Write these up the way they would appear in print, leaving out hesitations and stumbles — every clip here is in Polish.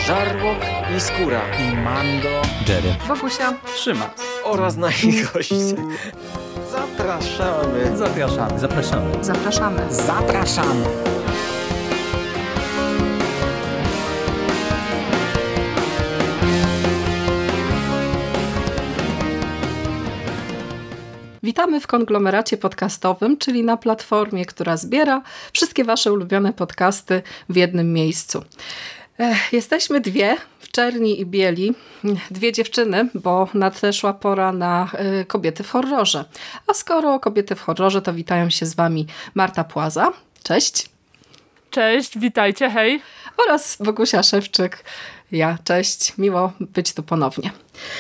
Żarłok i Skóra i Mando, Jerry, Bogusia, Trzyma oraz nasi goście. Zapraszamy. Zapraszamy. zapraszamy. zapraszamy. Zapraszamy. Witamy w konglomeracie podcastowym, czyli na platformie, która zbiera wszystkie wasze ulubione podcasty w jednym miejscu. Jesteśmy dwie, w czerni i bieli, dwie dziewczyny, bo nadeszła pora na kobiety w horrorze. A skoro kobiety w horrorze, to witają się z wami Marta Płaza. Cześć. Cześć, witajcie, hej. Oraz Bogusia Szewczyk. Ja, cześć. Miło być tu ponownie.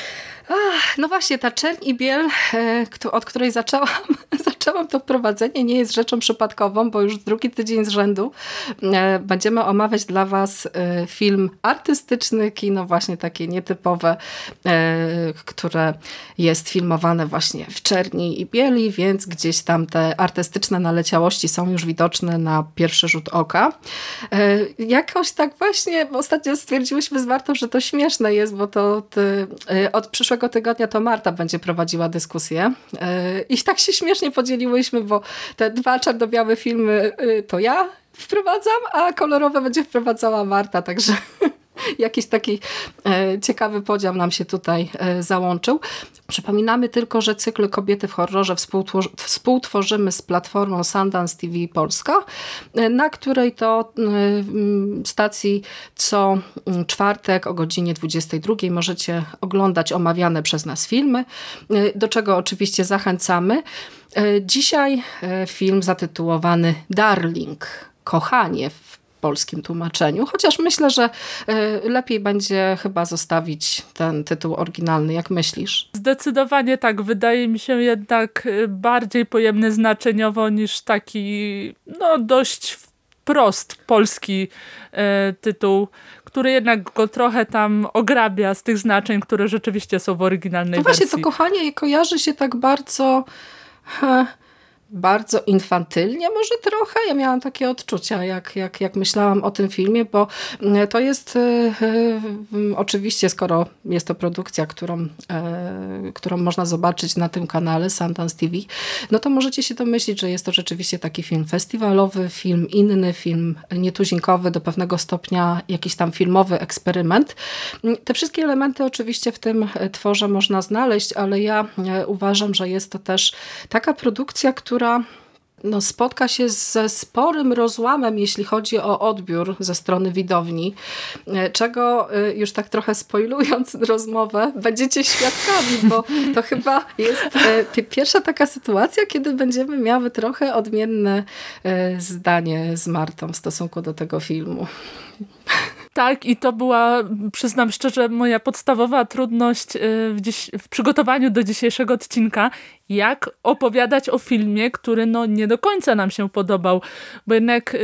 No właśnie, ta czerń i biel, od której zaczęłam to wprowadzenie, nie jest rzeczą przypadkową, bo już drugi tydzień z rzędu będziemy omawiać dla was film artystyczny, kino właśnie takie nietypowe, które jest filmowane właśnie w czerni i bieli, więc gdzieś tam te artystyczne naleciałości są już widoczne na pierwszy rzut oka. Jakoś tak właśnie ostatnio stwierdziłyśmy z Martą, że to śmieszne jest, bo to od przyszłego tygodnia to Marta będzie prowadziła dyskusję i tak się śmiesznie podzieliłyśmy, bo te dwa czarno-białe filmy to ja wprowadzam, a kolorowe będzie wprowadzała Marta, także jakiś taki ciekawy podział nam się tutaj załączył. Przypominamy tylko, że cykl Kobiety w horrorze współtworzymy z platformą Sundance TV Polska, na której to stacji co czwartek o godzinie 22 możecie oglądać omawiane przez nas filmy, do czego oczywiście zachęcamy. Dzisiaj film zatytułowany Darling, kochanie w polskim tłumaczeniu, chociaż myślę, że lepiej będzie chyba zostawić ten tytuł oryginalny. Jak myślisz? Zdecydowanie tak. Wydaje mi się jednak bardziej pojemny znaczeniowo niż taki dość wprost polski tytuł, który jednak go trochę tam ograbia z tych znaczeń, które rzeczywiście są w oryginalnej wersji. Właśnie to kochanie kojarzy się tak bardzo infantylnie może trochę. Ja miałam takie odczucia, jak myślałam o tym filmie, bo to jest oczywiście, skoro jest to produkcja, którą można zobaczyć na tym kanale Sundance TV, no to możecie się domyślić, że jest to rzeczywiście taki film festiwalowy, film inny, film nietuzinkowy, do pewnego stopnia jakiś tam filmowy eksperyment. Te wszystkie elementy oczywiście w tym tworze można znaleźć, ale ja uważam, że jest to też taka produkcja, która spotka się ze sporym rozłamem, jeśli chodzi o odbiór ze strony widowni, czego już tak trochę spoilując rozmowę, będziecie świadkami, bo to chyba jest pierwsza taka sytuacja, kiedy będziemy miały trochę odmienne zdanie z Martą w stosunku do tego filmu. Tak, i to była, przyznam szczerze, moja podstawowa trudność w przygotowaniu do dzisiejszego odcinka, jak opowiadać o filmie, który nie do końca nam się podobał, bo jednak,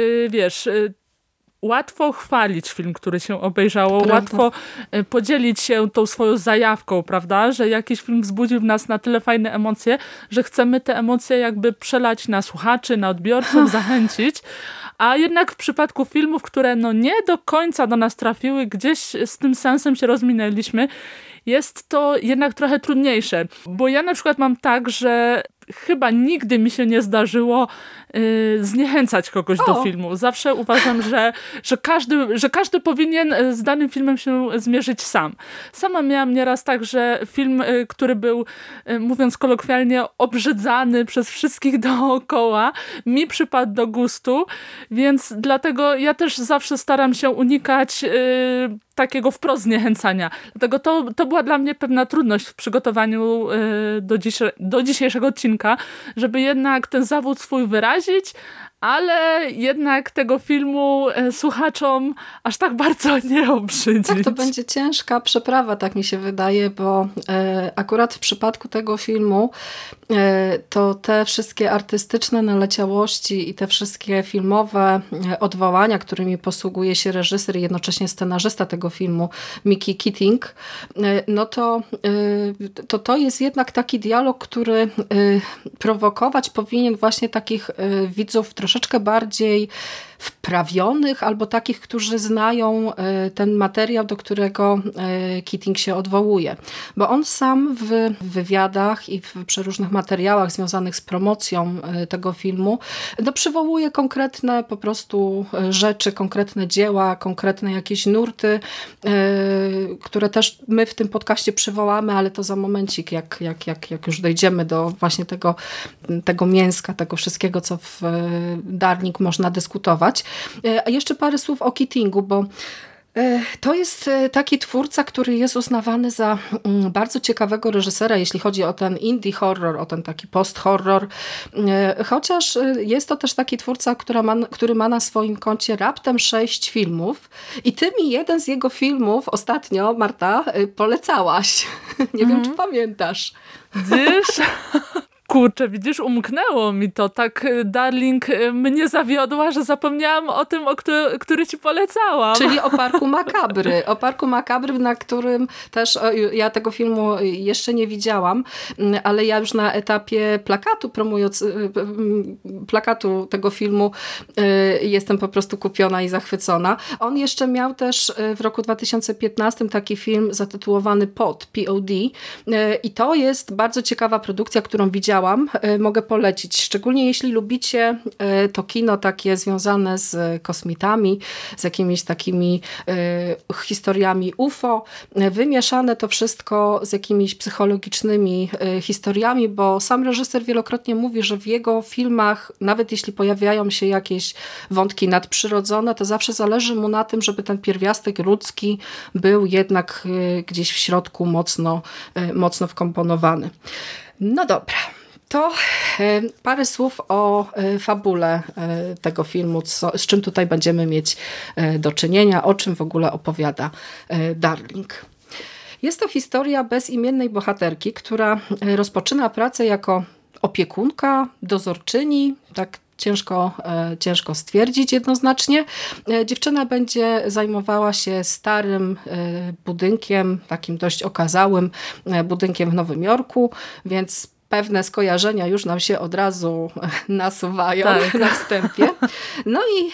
łatwo chwalić film, który się obejrzało, prawda. Łatwo podzielić się tą swoją zajawką, prawda, że jakiś film wzbudził w nas na tyle fajne emocje, że chcemy te emocje jakby przelać na słuchaczy, na odbiorców, zachęcić. A jednak w przypadku filmów, które nie do końca do nas trafiły, gdzieś z tym sensem się rozminęliśmy, jest to jednak trochę trudniejsze. Bo ja na przykład mam tak, że chyba nigdy mi się nie zdarzyło zniechęcać kogoś do filmu. Zawsze uważam, że każdy powinien z danym filmem się zmierzyć sam. Sama miałam nieraz tak, że film, który był, mówiąc kolokwialnie, obrzydzany przez wszystkich dookoła, mi przypadł do gustu, więc dlatego ja też zawsze staram się unikać takiego wprost zniechęcania. Dlatego to była dla mnie pewna trudność w przygotowaniu do dzisiejszego odcinka, żeby jednak ten zawód swój wyrazić, ale jednak tego filmu słuchaczom aż tak bardzo nie obrzydzić. Tak, to będzie ciężka przeprawa, tak mi się wydaje, bo akurat w przypadku tego filmu to te wszystkie artystyczne naleciałości i te wszystkie filmowe odwołania, którymi posługuje się reżyser i jednocześnie scenarzysta tego filmu, Mickey Keating, no to jest jednak taki dialog, który prowokować powinien właśnie takich widzów troszeczkę bardziej wprawionych albo takich, którzy znają ten materiał, do którego Keating się odwołuje. Bo on sam w wywiadach i w przeróżnych materiałach związanych z promocją tego filmu przywołuje konkretne po prostu rzeczy, konkretne dzieła, konkretne jakieś nurty, które też my w tym podcaście przywołamy, ale to za momencik, jak już dojdziemy do właśnie tego mięska, tego wszystkiego, co w Darling można dyskutować. A jeszcze parę słów o Keatingu, bo to jest taki twórca, który jest uznawany za bardzo ciekawego reżysera, jeśli chodzi o ten indie horror, o ten taki post-horror. Chociaż jest to też taki twórca, który ma na swoim koncie raptem 6 filmów. I ty mi jeden z jego filmów ostatnio, Marta, polecałaś. Nie wiem, czy pamiętasz. Widzisz? Kurczę, widzisz, umknęło mi to. Tak Darling mnie zawiodła, że zapomniałam o tym, który ci polecałam. Czyli o Parku Makabry. O Parku Makabry, na którym też ja tego filmu jeszcze nie widziałam, ale ja już na etapie plakatu tego filmu jestem po prostu kupiona i zachwycona. On jeszcze miał też w roku 2015 taki film zatytułowany P.O.D. I to jest bardzo ciekawa produkcja, którą widziałam. Mogę polecić. Szczególnie jeśli lubicie to kino takie związane z kosmitami, z jakimiś takimi historiami UFO. Wymieszane to wszystko z jakimiś psychologicznymi historiami, bo sam reżyser wielokrotnie mówi, że w jego filmach, nawet jeśli pojawiają się jakieś wątki nadprzyrodzone, to zawsze zależy mu na tym, żeby ten pierwiastek ludzki był jednak gdzieś w środku mocno wkomponowany. No dobra. To parę słów o fabule tego filmu, z czym tutaj będziemy mieć do czynienia, o czym w ogóle opowiada Darling. Jest to historia bezimiennej bohaterki, która rozpoczyna pracę jako opiekunka, dozorczyni, tak ciężko stwierdzić jednoznacznie. Dziewczyna będzie zajmowała się starym budynkiem, takim dość okazałym budynkiem w Nowym Jorku, więc pewne skojarzenia już nam się od razu nasuwają na wstępie. No i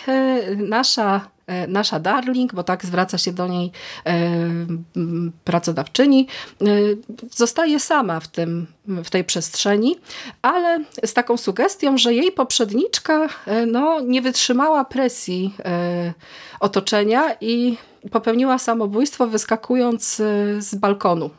nasza Darling, bo tak zwraca się do niej pracodawczyni, zostaje sama w tej przestrzeni, ale z taką sugestią, że jej poprzedniczka nie wytrzymała presji otoczenia i popełniła samobójstwo, wyskakując z balkonu.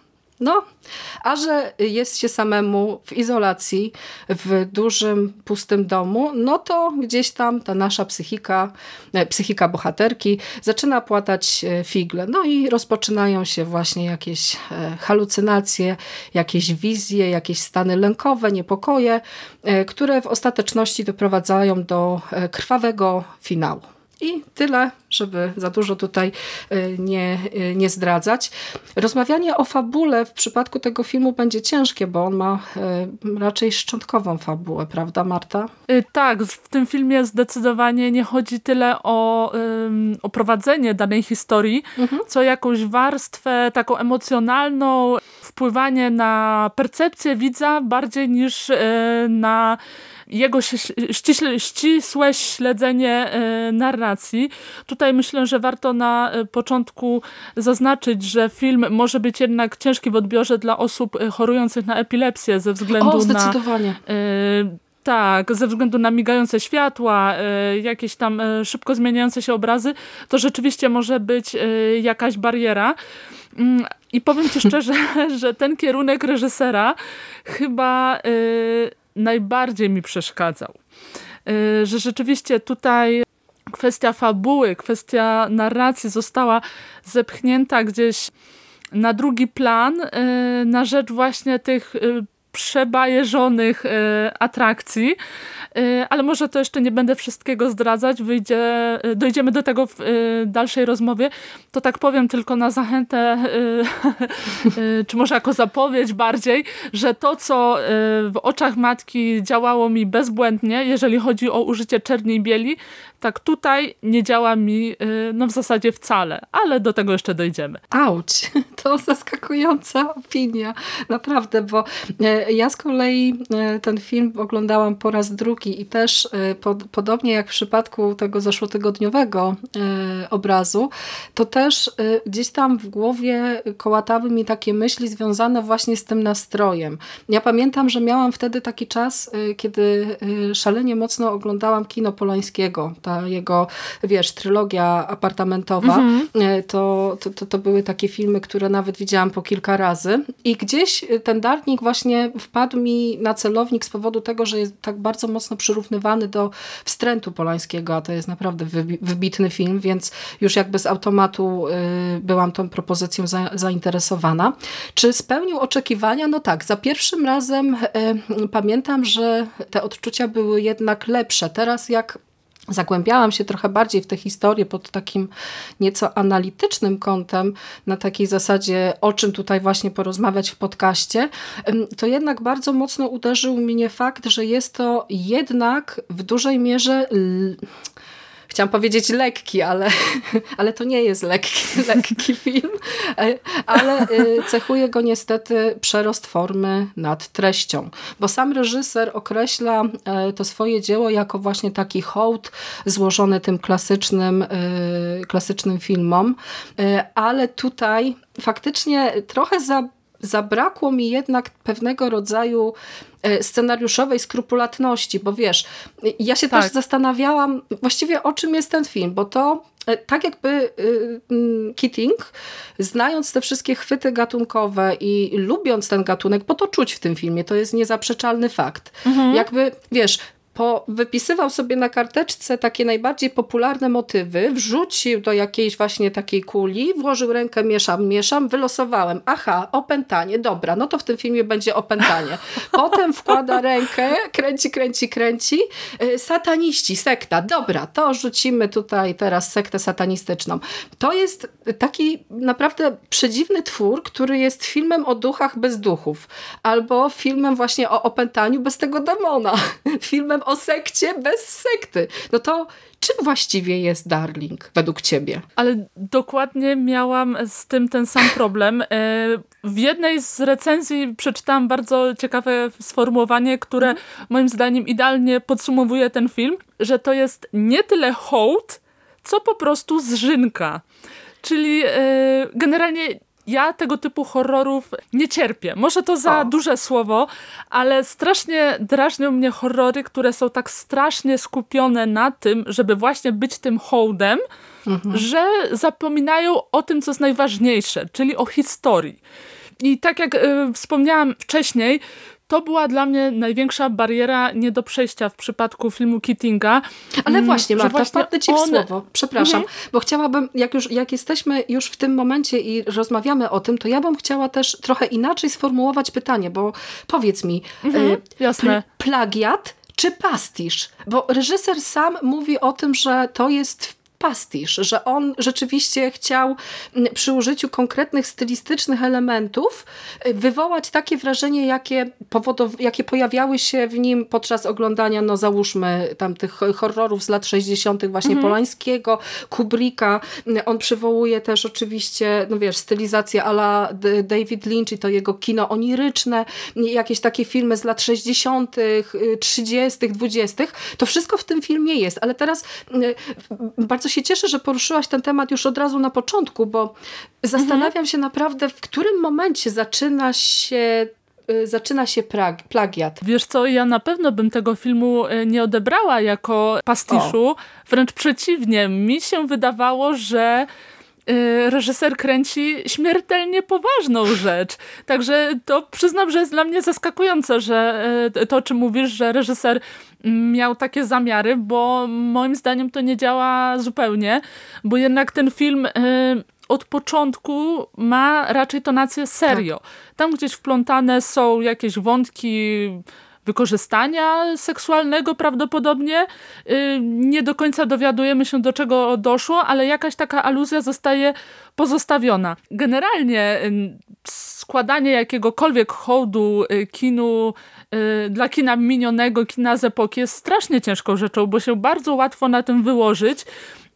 A że jest się samemu w izolacji, w dużym, pustym domu, to gdzieś tam ta nasza psychika bohaterki zaczyna płatać figle. I rozpoczynają się właśnie jakieś halucynacje, jakieś wizje, jakieś stany lękowe, niepokoje, które w ostateczności doprowadzają do krwawego finału. I tyle, żeby za dużo tutaj nie zdradzać. Rozmawianie o fabule w przypadku tego filmu będzie ciężkie, bo on ma raczej szczątkową fabułę, prawda, Marta? Tak, w tym filmie zdecydowanie nie chodzi tyle o prowadzenie danej historii, co jakąś warstwę taką emocjonalną, wpływanie na percepcję widza bardziej niż na jego ścisłe śledzenie narracji. Tutaj myślę, że warto na początku zaznaczyć, że film może być jednak ciężki w odbiorze dla osób chorujących na epilepsję ze względu zdecydowanie. Tak, ze względu na migające światła, jakieś tam szybko zmieniające się obrazy, to rzeczywiście może być jakaś bariera. I powiem ci szczerze, że ten kierunek reżysera chyba najbardziej mi przeszkadzał. Że rzeczywiście tutaj kwestia fabuły, kwestia narracji została zepchnięta gdzieś na drugi plan na rzecz właśnie tych przebajeżonych atrakcji, ale może to jeszcze nie będę wszystkiego zdradzać, dojdziemy do tego w dalszej rozmowie, to tak powiem tylko na zachętę, czy może jako zapowiedź bardziej, że to, co w oczach matki działało mi bezbłędnie, jeżeli chodzi o użycie czerni i bieli, tak tutaj nie działa mi w zasadzie wcale, ale do tego jeszcze dojdziemy. Auć, to zaskakująca opinia. Naprawdę, bo ja z kolei ten film oglądałam po raz drugi i też podobnie jak w przypadku tego zeszłotygodniowego obrazu, to też gdzieś tam w głowie kołatały mi takie myśli związane właśnie z tym nastrojem. Ja pamiętam, że miałam wtedy taki czas, kiedy szalenie mocno oglądałam kino Polańskiego. Ta jego, wiesz, trylogia apartamentowa. To były takie filmy, które nawet widziałam po kilka razy. I gdzieś ten Darling właśnie wpadł mi na celownik z powodu tego, że jest tak bardzo mocno przyrównywany do Wstrętu Polańskiego, a to jest naprawdę wybitny film, więc już jakby z automatu byłam tą propozycją zainteresowana. Czy spełnił oczekiwania? No tak, za pierwszym razem pamiętam, że te odczucia były jednak lepsze. Teraz jak zagłębiałam się trochę bardziej w tę historię pod takim nieco analitycznym kątem, na takiej zasadzie, o czym tutaj właśnie porozmawiać w podcaście, to jednak bardzo mocno uderzył mnie fakt, że jest to jednak w dużej mierze... Chciałam powiedzieć lekki, ale to nie jest lekki film, ale cechuje go niestety przerost formy nad treścią, bo sam reżyser określa to swoje dzieło jako właśnie taki hołd złożony tym klasycznym filmom, ale tutaj faktycznie trochę zabrakło mi jednak pewnego rodzaju scenariuszowej skrupulatności, bo wiesz, ja się też zastanawiałam właściwie o czym jest ten film, bo to tak jakby Keating, znając te wszystkie chwyty gatunkowe i lubiąc ten gatunek, bo to czuć w tym filmie, to jest niezaprzeczalny fakt. Jakby, wiesz, wypisywał sobie na karteczce takie najbardziej popularne motywy, wrzucił do jakiejś właśnie takiej kuli, włożył rękę, mieszam, wylosowałem. Aha, opętanie, dobra, no to w tym filmie będzie opętanie. Potem wkłada rękę, kręci. Sataniści, sekta, dobra, to rzucimy tutaj teraz sektę satanistyczną. To jest taki naprawdę przedziwny twór, który jest filmem o duchach bez duchów. Albo filmem właśnie o opętaniu bez tego demona. Filmem o sekcie bez sekty. No to czym właściwie jest Darling według ciebie? Ale dokładnie miałam z tym ten sam problem. W jednej z recenzji przeczytałam bardzo ciekawe sformułowanie, które moim zdaniem idealnie podsumowuje ten film, że to jest nie tyle hołd, co po prostu zżynka. Czyli generalnie ja tego typu horrorów nie cierpię. Może to za duże słowo, ale strasznie drażnią mnie horrory, które są tak strasznie skupione na tym, żeby właśnie być tym hołdem, że zapominają o tym, co jest najważniejsze, czyli o historii. I tak jak wspomniałam wcześniej, to była dla mnie największa bariera nie do przejścia w przypadku filmu Keatinga. Ale właśnie, Marta, wpadnę ci w słowo. Przepraszam, bo chciałabym, jak jesteśmy już w tym momencie i rozmawiamy o tym, to ja bym chciała też trochę inaczej sformułować pytanie, bo powiedz mi, jasne. Plagiat czy pastisz? Bo reżyser sam mówi o tym, że to jest pastisz, że on rzeczywiście chciał przy użyciu konkretnych stylistycznych elementów wywołać takie wrażenie, jakie pojawiały się w nim podczas oglądania, no załóżmy tam tych horrorów z lat 60. właśnie Polańskiego, Kubricka. On przywołuje też oczywiście, no wiesz, stylizację a la David Lynch i to jego kino oniryczne, jakieś takie filmy z lat 60., 30., 20. To wszystko w tym filmie jest, ale teraz bardzo się cieszę, że poruszyłaś ten temat już od razu na początku, bo zastanawiam się naprawdę, w którym momencie zaczyna się plagiat. Wiesz co, ja na pewno bym tego filmu nie odebrała jako pastiszu, wręcz przeciwnie. Mi się wydawało, że reżyser kręci śmiertelnie poważną rzecz. Także to przyznam, że jest dla mnie zaskakujące, że to, o czym mówisz, że reżyser miał takie zamiary, bo moim zdaniem to nie działa zupełnie, bo jednak ten film od początku ma raczej tonację serio. Tak. Tam gdzieś wplątane są jakieś wątki wykorzystania seksualnego prawdopodobnie. Nie do końca dowiadujemy się, do czego doszło, ale jakaś taka aluzja zostaje pozostawiona. Generalnie składanie jakiegokolwiek hołdu kinu dla kina minionego, kina z epoki jest strasznie ciężką rzeczą, bo się bardzo łatwo na tym wyłożyć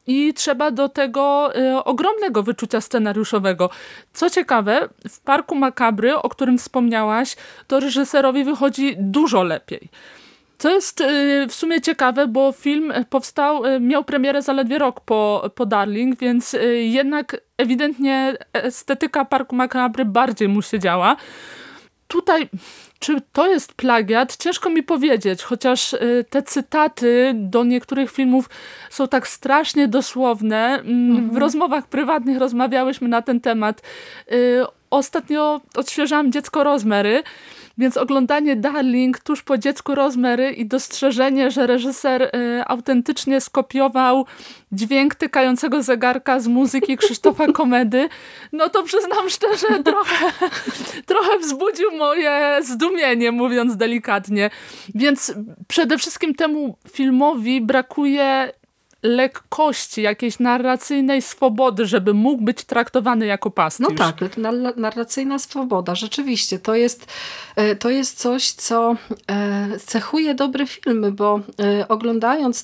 i trzeba do tego ogromnego wyczucia scenariuszowego. Co ciekawe, w Parku Makabry, o którym wspomniałaś, to reżyserowi wychodzi dużo lepiej. Co jest w sumie ciekawe, bo film miał premierę zaledwie rok po Darling, więc jednak ewidentnie estetyka Parku Makabry bardziej mu się działa. Tutaj, czy to jest plagiat? Ciężko mi powiedzieć, chociaż te cytaty do niektórych filmów są tak strasznie dosłowne. W rozmowach prywatnych rozmawiałyśmy na ten temat. Ostatnio odświeżałam Dziecko Rosemary, więc oglądanie Darling tuż po Dziecku Rosemary i dostrzeżenie, że reżyser autentycznie skopiował dźwięk tykającego zegarka z muzyki Krzysztofa Komedy, no to przyznam szczerze, trochę wzbudził moje zdumienie, mówiąc delikatnie. Więc przede wszystkim temu filmowi brakuje lekkości, jakiejś narracyjnej swobody, żeby mógł być traktowany jako pastisz. No tak, narracyjna swoboda, rzeczywiście. To jest coś, co cechuje dobre filmy, bo oglądając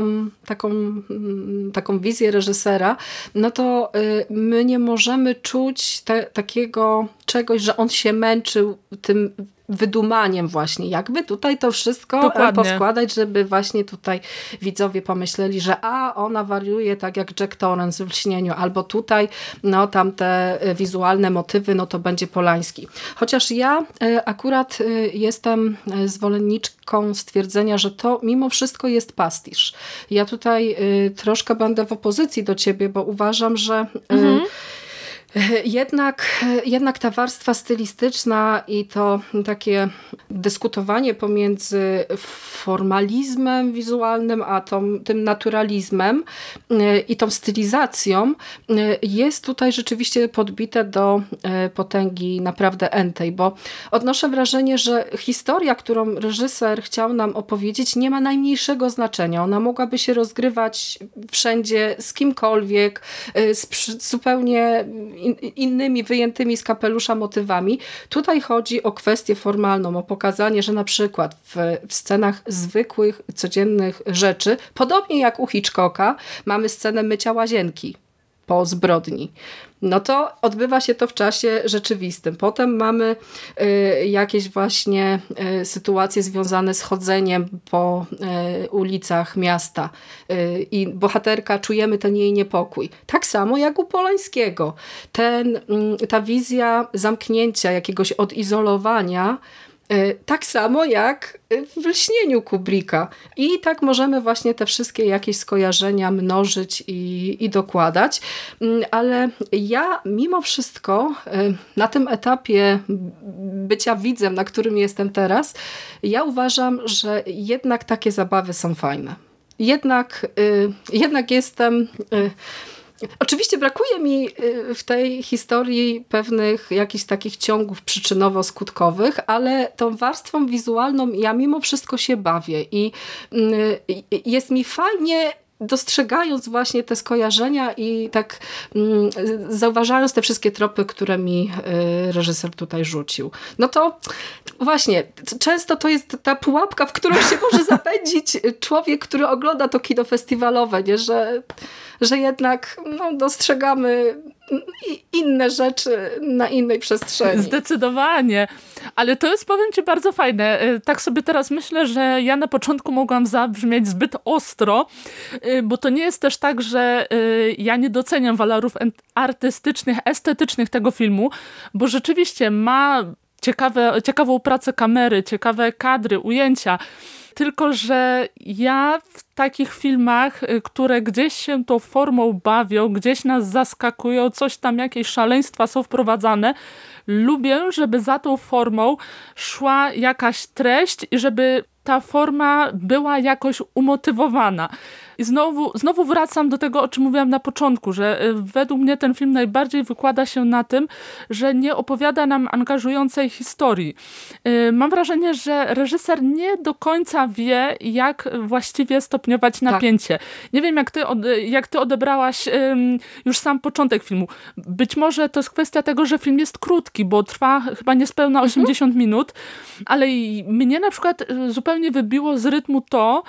taką wizję reżysera, no to my nie możemy czuć takiego czegoś, że on się męczył tym wydumaniem właśnie, jakby tutaj to wszystko Dokładnie poskładać, żeby właśnie tutaj widzowie pomyśleli, że ona wariuje tak jak Jack Torrance w Lśnieniu, albo tutaj no tam te wizualne motywy, no to będzie Polański. Chociaż ja akurat jestem zwolenniczką stwierdzenia, że to mimo wszystko jest pastisz. Ja tutaj troszkę będę w opozycji do ciebie, bo uważam, że Jednak ta warstwa stylistyczna i to takie dyskutowanie pomiędzy formalizmem wizualnym, a tym naturalizmem i tą stylizacją jest tutaj rzeczywiście podbite do potęgi naprawdę entej, bo odnoszę wrażenie, że historia, którą reżyser chciał nam opowiedzieć, nie ma najmniejszego znaczenia. Ona mogłaby się rozgrywać wszędzie, z kimkolwiek, z zupełnie innymi wyjętymi z kapelusza motywami. Tutaj chodzi o kwestię formalną, o pokazanie, że na przykład w scenach zwykłych, codziennych rzeczy, podobnie jak u Hitchcocka, mamy scenę mycia łazienki po zbrodni. No to odbywa się to w czasie rzeczywistym. Potem mamy jakieś właśnie sytuacje związane z chodzeniem po ulicach miasta i bohaterka, czujemy ten jej niepokój. Tak samo jak u Polańskiego. Ta wizja zamknięcia, jakiegoś odizolowania, tak samo jak w Lśnieniu Kubricka. I tak możemy właśnie te wszystkie jakieś skojarzenia mnożyć i dokładać. Ale ja mimo wszystko na tym etapie bycia widzem, na którym jestem teraz, ja uważam, że jednak takie zabawy są fajne. Jednak jestem... Oczywiście brakuje mi w tej historii pewnych jakichś takich ciągów przyczynowo-skutkowych, ale tą warstwą wizualną ja mimo wszystko się bawię i jest mi fajnie, dostrzegając właśnie te skojarzenia i tak zauważając te wszystkie tropy, które mi reżyser tutaj rzucił. No to właśnie, często to jest ta pułapka, w którą się może zapędzić człowiek, który ogląda to kino festiwalowe, nie? Że jednak dostrzegamy inne rzeczy na innej przestrzeni. Zdecydowanie. Ale to jest, powiem ci, bardzo fajne. Tak sobie teraz myślę, że ja na początku mogłam zabrzmieć zbyt ostro, bo to nie jest też tak, że ja nie doceniam walorów artystycznych, estetycznych tego filmu, bo rzeczywiście ma ciekawą pracę kamery, ciekawe kadry, ujęcia. Tylko że ja w takich filmach, które gdzieś się tą formą bawią, gdzieś nas zaskakują, coś tam, jakieś szaleństwa są wprowadzane, lubię, żeby za tą formą szła jakaś treść i żeby ta forma była jakoś umotywowana. I znowu wracam do tego, o czym mówiłam na początku, że według mnie ten film najbardziej wykłada się na tym, że nie opowiada nam angażującej historii. Mam wrażenie, że reżyser nie do końca wie, jak właściwie stopniować napięcie. Tak. Nie wiem, jak ty odebrałaś już sam początek filmu. Być może to jest kwestia tego, że film jest krótki, bo trwa chyba niespełna 80 minut, ale mnie na przykład zupełnie wybiło z rytmu to,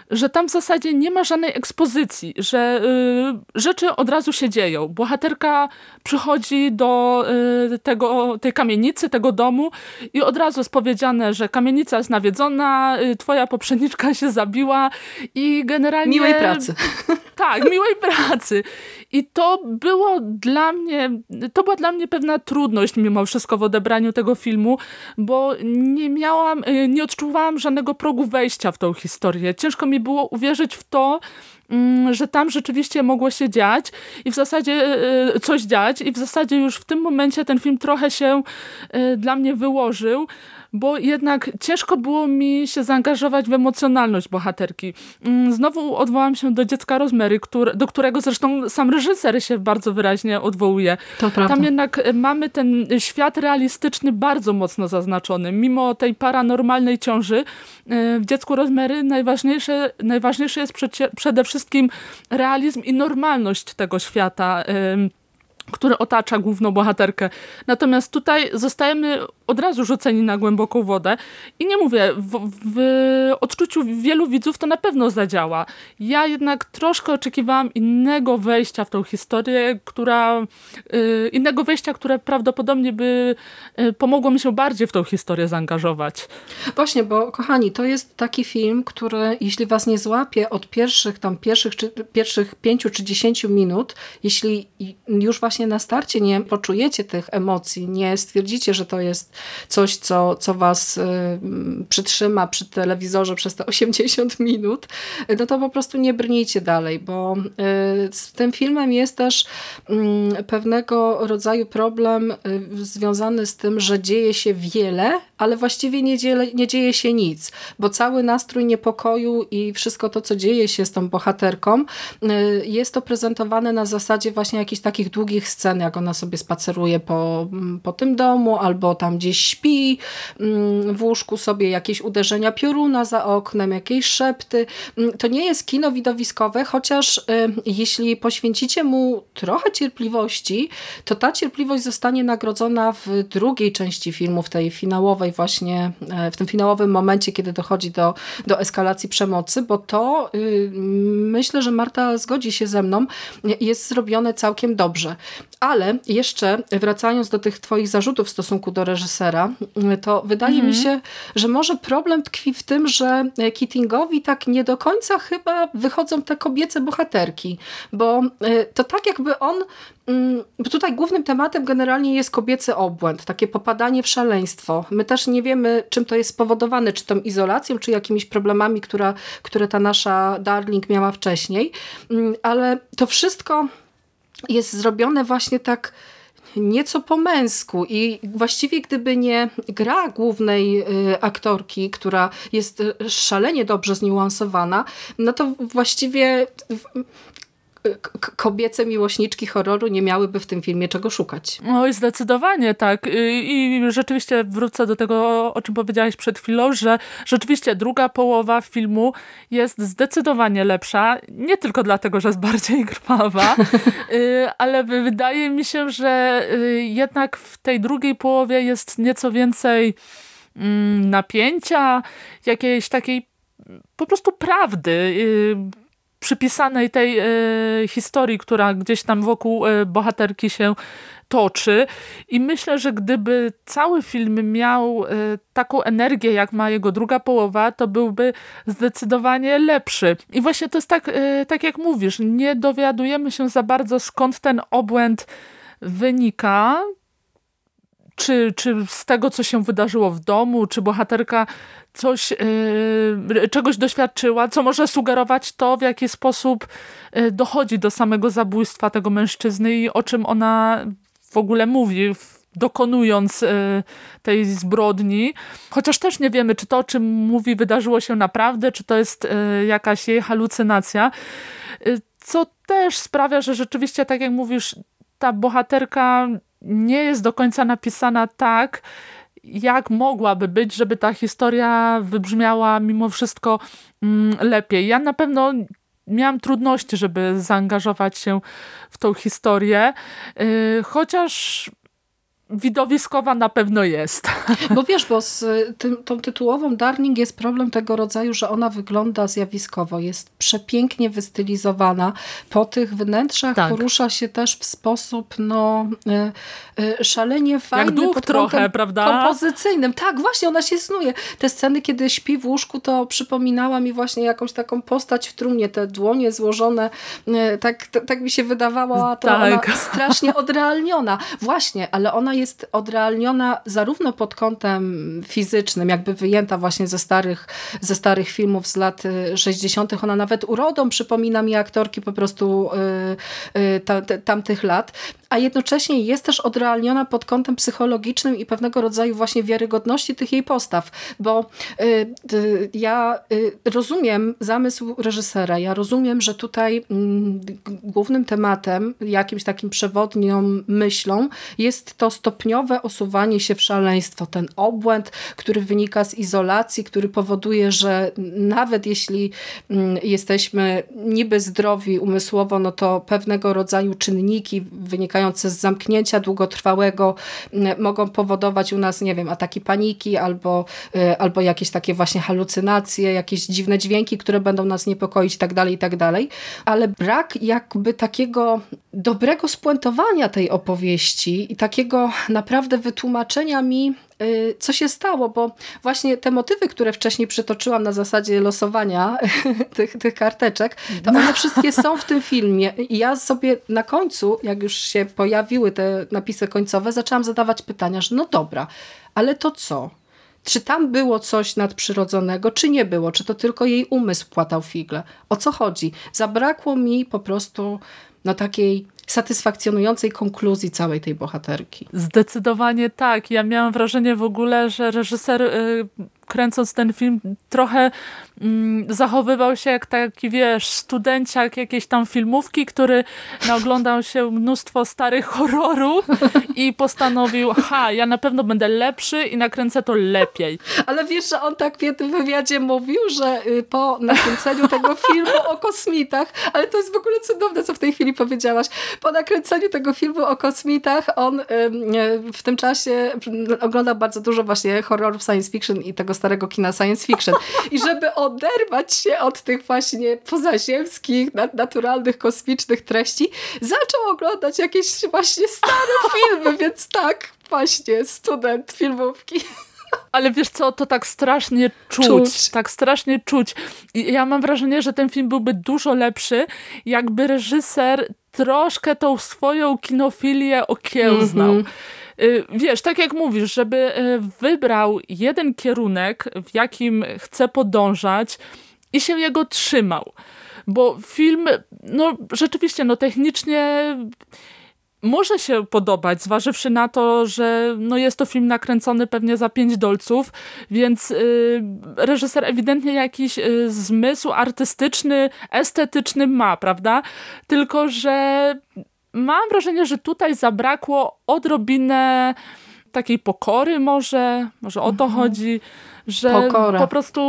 że tam w zasadzie nie ma żadnej ekspozycji, że rzeczy od razu się dzieją. Bohaterka przychodzi do tej kamienicy, tego domu i od razu jest powiedziane, że kamienica jest nawiedzona, twoja poprzedniczka się zabiła i generalnie... Miłej pracy. Tak, miłej pracy. I to była dla mnie pewna trudność mimo wszystko w odebraniu tego filmu, bo nie odczuwałam żadnego progu wejścia w tą historię. Ciężko mi było uwierzyć w to, że tam rzeczywiście mogło się dziać i w zasadzie coś dziać i w zasadzie już w tym momencie ten film trochę się dla mnie wyłożył, bo jednak ciężko było mi się zaangażować w emocjonalność bohaterki. Znowu odwołam się do Dziecka Rosemary, do którego zresztą sam reżyser się bardzo wyraźnie odwołuje. To prawda. Tam jednak mamy ten świat realistyczny bardzo mocno zaznaczony. Mimo tej paranormalnej ciąży w Dziecku Rosemary najważniejsze jest przede wszystkim realizm i normalność tego świata, który otacza główną bohaterkę. Natomiast tutaj zostajemy od razu rzuceni na głęboką wodę i nie mówię, w odczuciu wielu widzów to na pewno zadziała. Ja jednak troszkę oczekiwałam innego wejścia w tą historię, które prawdopodobnie by pomogło mi się bardziej w tą historię zaangażować. Właśnie, bo kochani, to jest taki film, który jeśli was nie złapie od pierwszych 5 czy 10 minut, jeśli już właśnie na starcie nie poczujecie tych emocji, nie stwierdzicie, że to jest coś, co was przytrzyma przy telewizorze przez te 80 minut, no to po prostu nie brnijcie dalej, bo z tym filmem jest też pewnego rodzaju problem związany z tym, że dzieje się wiele, ale właściwie nie dzieje się nic, bo cały nastrój niepokoju i wszystko to, co dzieje się z tą bohaterką, jest to prezentowane na zasadzie właśnie jakichś takich długich scen, jak ona sobie spaceruje po tym domu, albo tam gdzieś śpi, w łóżku sobie jakieś uderzenia pioruna za oknem, jakieś szepty. To nie jest kino widowiskowe, chociaż jeśli poświęcicie mu trochę cierpliwości, to ta cierpliwość zostanie nagrodzona w drugiej części filmu, w tej finałowej właśnie, w tym finałowym momencie, kiedy dochodzi do eskalacji przemocy, bo to myślę, że Marta zgodzi się ze mną, jest zrobione całkiem dobrze. Ale jeszcze wracając do tych twoich zarzutów w stosunku do reżysera, to wydaje mi się, że może problem tkwi w tym, że Keatingowi tak nie do końca chyba wychodzą te kobiece bohaterki, bo to tak jakby bo tutaj głównym tematem generalnie jest kobiecy obłęd, takie popadanie w szaleństwo. My też nie wiemy, czym to jest spowodowane, czy tą izolacją, czy jakimiś problemami, które ta nasza Darling miała wcześniej, ale to wszystko jest zrobione właśnie tak nieco po męsku i właściwie gdyby nie gra głównej aktorki, która jest szalenie dobrze zniuansowana, no to właściwie kobiece miłośniczki horroru nie miałyby w tym filmie czego szukać. Oj, zdecydowanie tak. I rzeczywiście wrócę do tego, o czym powiedziałaś przed chwilą, że rzeczywiście druga połowa filmu jest zdecydowanie lepsza. Nie tylko dlatego, że jest bardziej krwawa, ale wydaje mi się, że jednak w tej drugiej połowie jest nieco więcej napięcia, jakiejś takiej po prostu prawdy, przypisanej tej historii, która gdzieś tam wokół bohaterki się toczy. I myślę, że gdyby cały film miał taką energię, jak ma jego druga połowa, to byłby zdecydowanie lepszy. I właśnie to jest tak jak mówisz, nie dowiadujemy się za bardzo, skąd ten obłęd wynika, czy z tego, co się wydarzyło w domu, czy bohaterka czegoś doświadczyła, co może sugerować to, w jaki sposób dochodzi do samego zabójstwa tego mężczyzny i o czym ona w ogóle mówi, dokonując tej zbrodni. Chociaż też nie wiemy, czy to, o czym mówi, wydarzyło się naprawdę, czy to jest jakaś jej halucynacja. Co też sprawia, że rzeczywiście, tak jak mówisz, ta bohaterka nie jest do końca napisana tak, jak mogłaby być, żeby ta historia wybrzmiała mimo wszystko lepiej. Ja na pewno miałam trudności, żeby zaangażować się w tą historię, chociaż widowiskowa na pewno jest. Bo wiesz, bo z tą tytułową Darling jest problem tego rodzaju, że ona wygląda zjawiskowo, jest przepięknie wystylizowana. Po tych wnętrzach porusza się też w sposób szalenie fajny. Jak duch trochę, prawda? Kompozycyjnym. Tak, właśnie, ona się snuje. Te sceny, kiedy śpi w łóżku, to przypominała mi właśnie jakąś taką postać w trumnie, te dłonie złożone, tak mi się wydawało, to ona strasznie odrealniona. Właśnie, ale ona jest odrealniona zarówno pod kątem fizycznym, jakby wyjęta właśnie ze starych filmów z lat 60. Ona nawet urodą przypomina mi aktorki po prostu tamtych lat, a jednocześnie jest też odrealniona pod kątem psychologicznym i pewnego rodzaju właśnie wiarygodności tych jej postaw, bo ja rozumiem zamysł reżysera, ja rozumiem, że tutaj głównym tematem, jakimś takim przewodnią myślą jest to stopniowe osuwanie się w szaleństwo, ten obłęd, który wynika z izolacji, który powoduje, że nawet jeśli jesteśmy niby zdrowi umysłowo, no to pewnego rodzaju czynniki wynikające z zamknięcia długotrwałego mogą powodować u nas, nie wiem, ataki paniki albo jakieś takie właśnie halucynacje, jakieś dziwne dźwięki, które będą nas niepokoić i tak dalej, ale brak jakby takiego dobrego spuentowania tej opowieści i takiego naprawdę wytłumaczenia mi, co się stało, bo właśnie te motywy, które wcześniej przytoczyłam na zasadzie losowania tych karteczek, to one wszystkie są w tym filmie i ja sobie na końcu, jak już się pojawiły te napisy końcowe, zaczęłam zadawać pytania, że no dobra, ale to co? Czy tam było coś nadprzyrodzonego, czy nie było? Czy to tylko jej umysł płatał figle? O co chodzi? Zabrakło mi po prostu takiej satysfakcjonującej konkluzji całej tej bohaterki. Zdecydowanie tak. Ja miałam wrażenie w ogóle, że reżyser kręcąc ten film trochę zachowywał się jak taki, studenciak jakiejś tam filmówki, który naoglądał się mnóstwo starych horrorów i postanowił, ja na pewno będę lepszy i nakręcę to lepiej. Ale wiesz, że on tak w jednym wywiadzie mówił, że po nakręceniu tego filmu o kosmitach, ale to jest w ogóle cudowne, co w tej chwili powiedziałaś, po nakręceniu tego filmu o kosmitach on w tym czasie oglądał bardzo dużo właśnie horrorów science fiction i tego starego kina science fiction. I żeby oderwać się od tych właśnie pozaziemskich, naturalnych, kosmicznych treści, zaczął oglądać jakieś właśnie stare filmy, więc tak, właśnie, student filmówki. Ale wiesz co, to tak strasznie czuć. Tak strasznie czuć. I ja mam wrażenie, że ten film byłby dużo lepszy, jakby reżyser troszkę tą swoją kinofilię okiełznał. Wiesz, tak jak mówisz, żeby wybrał jeden kierunek, w jakim chce podążać i się jego trzymał. Bo film, rzeczywiście, technicznie może się podobać, zważywszy na to, że jest to film nakręcony pewnie za 5 dolców, więc reżyser ewidentnie jakiś zmysł artystyczny, estetyczny ma, prawda? Tylko, że mam wrażenie, że tutaj zabrakło odrobinę takiej pokory może o to chodzi, że Pokora. Po prostu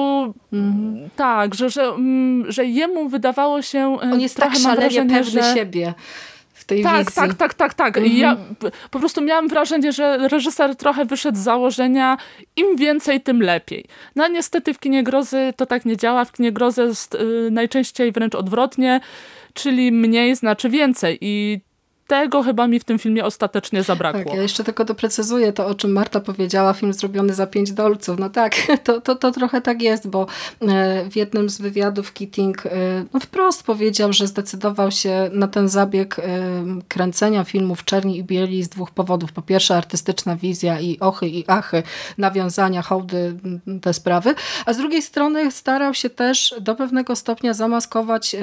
tak, że jemu wydawało się on jest tak szalenie pewny siebie w tej wizji. Tak. I ja po prostu miałam wrażenie, że reżyser trochę wyszedł z założenia im więcej, tym lepiej. No a niestety w kinie grozy to tak nie działa. W kinie grozy jest najczęściej wręcz odwrotnie, czyli mniej znaczy więcej i tego chyba mi w tym filmie ostatecznie zabrakło. Tak, ja jeszcze tylko doprecyzuję to, o czym Marta powiedziała, film zrobiony za 5 dolców. No tak, to trochę tak jest, bo w jednym z wywiadów Keating wprost powiedział, że zdecydował się na ten zabieg kręcenia filmu w czerni i bieli z 2 powodów. Po pierwsze artystyczna wizja i ochy i achy, nawiązania, hołdy, te sprawy, a z drugiej strony starał się też do pewnego stopnia zamaskować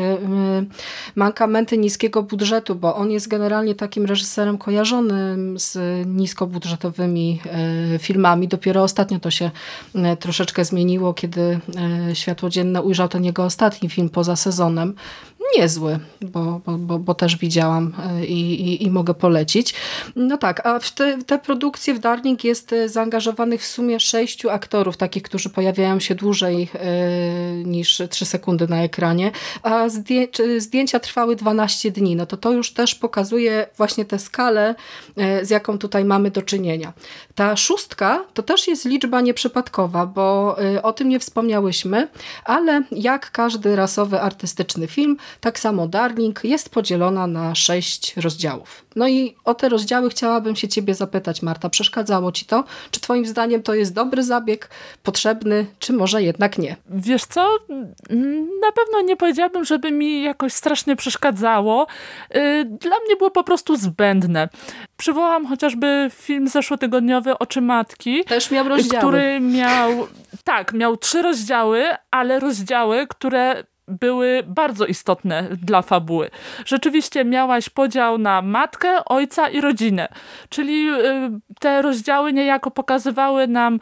mankamenty niskiego budżetu, bo on jest generalnie takim reżyserem kojarzonym z niskobudżetowymi filmami. Dopiero ostatnio to się troszeczkę zmieniło, kiedy światło dzienne ujrzał ten jego ostatni film Poza sezonem. niezły, bo też widziałam i mogę polecić. No tak, a w te produkcje w Darling jest zaangażowanych w sumie 6 aktorów, takich, którzy pojawiają się dłużej niż 3 sekundy na ekranie, a zdjęcia trwały 12 dni. No to już też pokazuje właśnie tę skalę, z jaką tutaj mamy do czynienia. Ta 6 to też jest liczba nieprzypadkowa, bo o tym nie wspomniałyśmy, ale jak każdy rasowy, artystyczny film, tak samo Darling jest podzielona na 6 rozdziałów. No i o te rozdziały chciałabym się ciebie zapytać, Marta. Przeszkadzało ci to? Czy twoim zdaniem to jest dobry zabieg, potrzebny, czy może jednak nie? Wiesz co? Na pewno nie powiedziałabym, żeby mi jakoś strasznie przeszkadzało. Dla mnie było po prostu zbędne. Przywołam chociażby film zeszłotygodniowy Oczy Matki. Też miał rozdziały. Który miał 3 rozdziały, ale rozdziały, które były bardzo istotne dla fabuły. Rzeczywiście miałaś podział na matkę, ojca i rodzinę. Czyli te rozdziały niejako pokazywały nam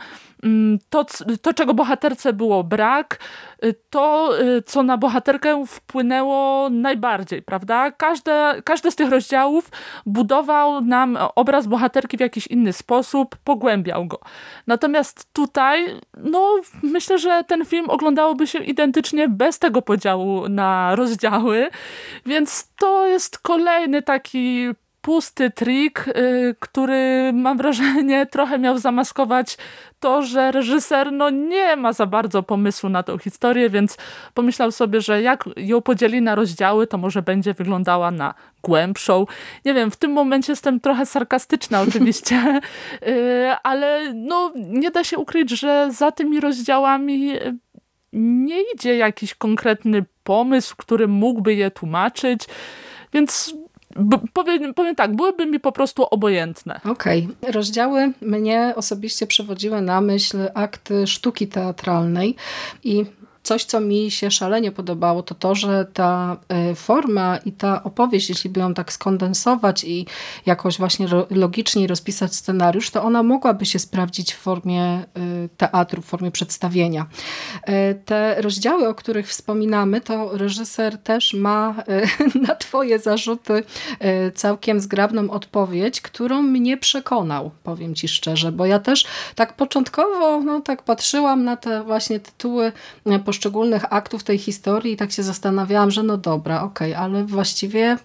to, czego bohaterce było brak, to, co na bohaterkę wpłynęło najbardziej, prawda? Każdy z tych rozdziałów budował nam obraz bohaterki w jakiś inny sposób, pogłębiał go. Natomiast tutaj, myślę, że ten film oglądałoby się identycznie bez tego podziału na rozdziały, więc to jest kolejny taki pusty trik, który mam wrażenie trochę miał zamaskować to, że reżyser nie ma za bardzo pomysłu na tę historię, więc pomyślał sobie, że jak ją podzieli na rozdziały, to może będzie wyglądała na głębszą. Nie wiem, w tym momencie jestem trochę sarkastyczna oczywiście, ale nie da się ukryć, że za tymi rozdziałami nie idzie jakiś konkretny pomysł, który mógłby je tłumaczyć, więc powiem tak, byłyby mi po prostu obojętne. Okej. Rozdziały mnie osobiście przywodziły na myśl akty sztuki teatralnej i coś, co mi się szalenie podobało, to, że ta forma i ta opowieść, jeśli by ją tak skondensować i jakoś właśnie logicznie rozpisać scenariusz, to ona mogłaby się sprawdzić w formie teatru, w formie przedstawienia. Te rozdziały, o których wspominamy, to reżyser też ma na twoje zarzuty całkiem zgrabną odpowiedź, którą mnie przekonał, powiem ci szczerze, bo ja też tak początkowo tak patrzyłam na te właśnie tytuły poszczególnych aktów tej historii i tak się zastanawiałam, że dobra, okej, ale właściwie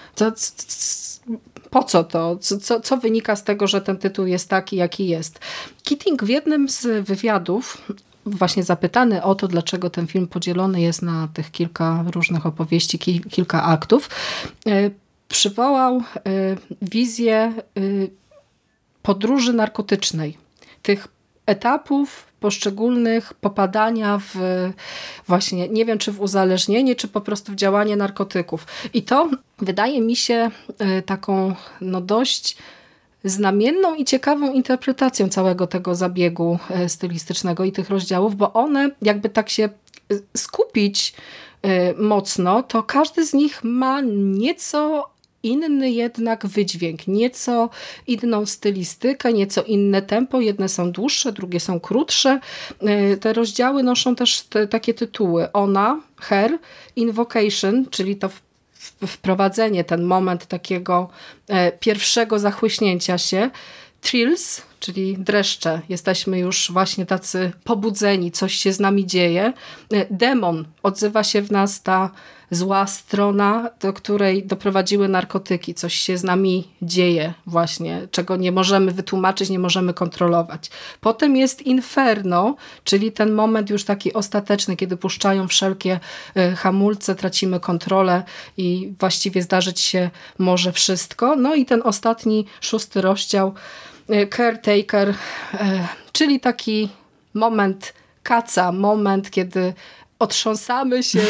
po co to? Co wynika z tego, że ten tytuł jest taki, jaki jest? Keating w jednym z wywiadów, właśnie zapytany o to, dlaczego ten film podzielony jest na tych kilka różnych opowieści, kilka aktów, przywołał wizję podróży narkotycznej, tych etapów poszczególnych popadania w właśnie, nie wiem czy w uzależnienie, czy po prostu w działanie narkotyków. I to wydaje mi się taką dość znamienną i ciekawą interpretacją całego tego zabiegu stylistycznego i tych rozdziałów, bo one jakby tak się skupić mocno, to każdy z nich ma nieco inny jednak wydźwięk, nieco inną stylistykę, nieco inne tempo. Jedne są dłuższe, drugie są krótsze. Te rozdziały noszą też takie tytuły. Ona, Her, Invocation, czyli to wprowadzenie, ten moment takiego pierwszego zachłyśnięcia się. Thrills, czyli dreszcze. Jesteśmy już właśnie tacy pobudzeni, coś się z nami dzieje. Demon, odzywa się w nas ta zła strona, do której doprowadziły narkotyki. Coś się z nami dzieje właśnie, czego nie możemy wytłumaczyć, nie możemy kontrolować. Potem jest Inferno, czyli ten moment już taki ostateczny, kiedy puszczają wszelkie hamulce, tracimy kontrolę i właściwie zdarzyć się może wszystko. No i ten ostatni, 6 rozdział, Caretaker, czyli taki moment kaca, moment, kiedy otrząsamy się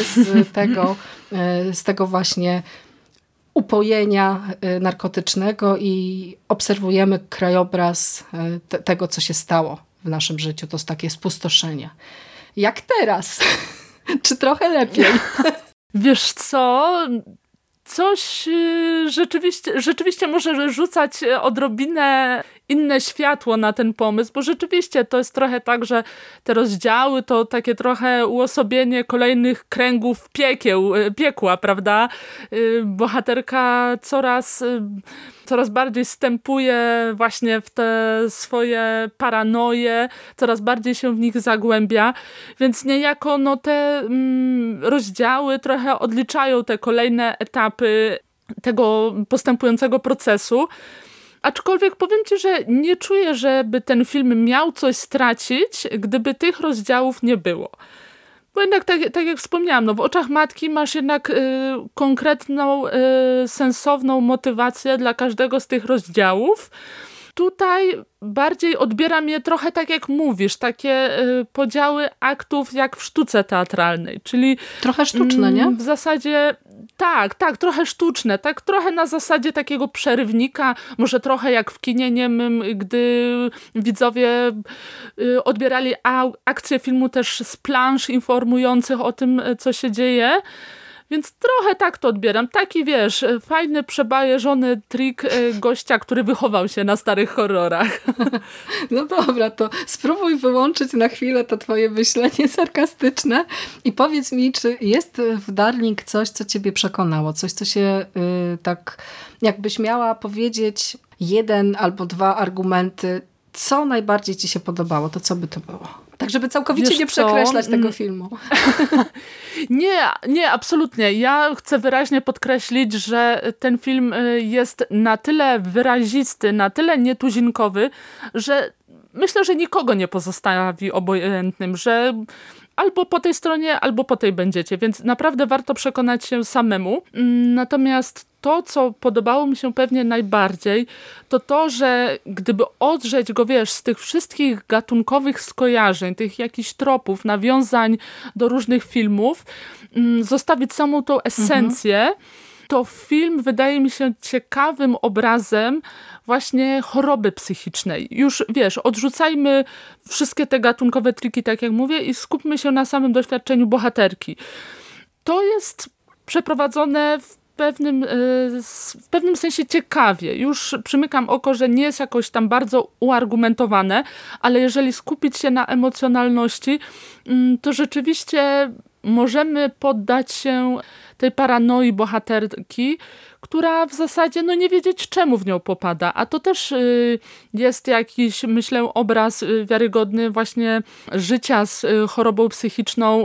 z tego właśnie upojenia narkotycznego i obserwujemy krajobraz tego, co się stało w naszym życiu. To jest takie spustoszenie. Jak teraz? Czy trochę lepiej? Wiesz co? Coś rzeczywiście może rzucać odrobinę inne światło na ten pomysł, bo rzeczywiście to jest trochę tak, że te rozdziały to takie trochę uosobienie kolejnych kręgów piekła, prawda? Bohaterka coraz bardziej wstępuje właśnie w te swoje paranoje, coraz bardziej się w nich zagłębia, więc niejako no, te rozdziały trochę odliczają te kolejne etapy tego postępującego procesu. Aczkolwiek powiem ci, że nie czuję, żeby ten film miał coś stracić, gdyby tych rozdziałów nie było. Bo jednak, tak jak wspomniałam, no w oczach matki masz jednak konkretną, sensowną motywację dla każdego z tych rozdziałów. Tutaj bardziej odbieram je trochę tak jak mówisz, takie podziały aktów jak w sztuce teatralnej, czyli trochę sztuczne, nie? W zasadzie tak, trochę sztuczne, tak trochę na zasadzie takiego przerywnika, może trochę jak w kinie niemym, gdy widzowie odbierali akcję filmu też z plansz informujących o tym, co się dzieje. Więc trochę tak to odbieram. Taki, wiesz, fajny, przebajeżony trik gościa, który wychował się na starych horrorach. No dobra, to spróbuj wyłączyć na chwilę to twoje myślenie sarkastyczne i powiedz mi, czy jest w Darling coś, co ciebie przekonało? Coś, co się tak, jakbyś miała powiedzieć jeden albo dwa argumenty, co najbardziej ci się podobało, to co by to było? Tak, żeby całkowicie nie przekreślać tego filmu. Nie, absolutnie. Ja chcę wyraźnie podkreślić, że ten film jest na tyle wyrazisty, na tyle nietuzinkowy, że myślę, że nikogo nie pozostawi obojętnym, że albo po tej stronie, albo po tej będziecie, więc naprawdę warto przekonać się samemu. Natomiast to, co podobało mi się pewnie najbardziej, to to, że gdyby odrzeć go, wiesz, z tych wszystkich gatunkowych skojarzeń, tych jakichś tropów, nawiązań do różnych filmów, zostawić samą tą esencję, to film wydaje mi się ciekawym obrazem właśnie choroby psychicznej. Już, wiesz, odrzucajmy wszystkie te gatunkowe triki, tak jak mówię, i skupmy się na samym doświadczeniu bohaterki. To jest przeprowadzone w pewnym sensie ciekawie. Już przymykam oko, że nie jest jakoś tam bardzo uargumentowane, ale jeżeli skupić się na emocjonalności, to rzeczywiście możemy poddać się tej paranoi bohaterki, która w zasadzie no nie wiedzieć czemu w nią popada. A to też jest jakiś, myślę, obraz wiarygodny właśnie życia z chorobą psychiczną,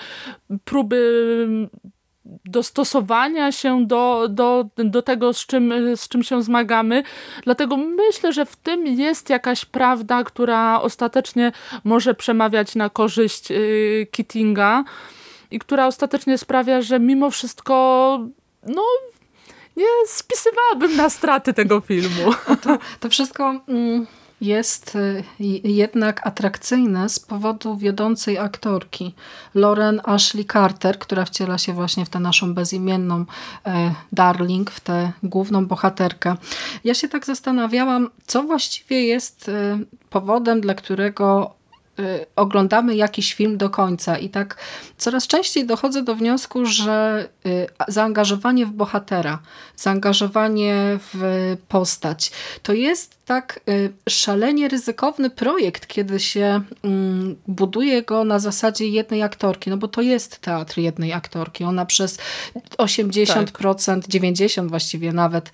próby dostosowania się do tego, z czym się zmagamy. Dlatego myślę, że w tym jest jakaś prawda, która ostatecznie może przemawiać na korzyść Keatinga i która ostatecznie sprawia, że mimo wszystko no nie spisywałabym na straty tego filmu. To wszystko jest jednak atrakcyjne z powodu wiodącej aktorki Lauren Ashley Carter, która wciela się właśnie w tę naszą bezimienną Darling, w tę główną bohaterkę. Ja się tak zastanawiałam, co właściwie jest powodem, dla którego oglądamy jakiś film do końca i tak coraz częściej dochodzę do wniosku, że zaangażowanie w bohatera, zaangażowanie w postać, to jest tak szalenie ryzykowny projekt, kiedy się buduje go na zasadzie jednej aktorki, no bo to jest teatr jednej aktorki. Ona przez 80%, 90% właściwie nawet,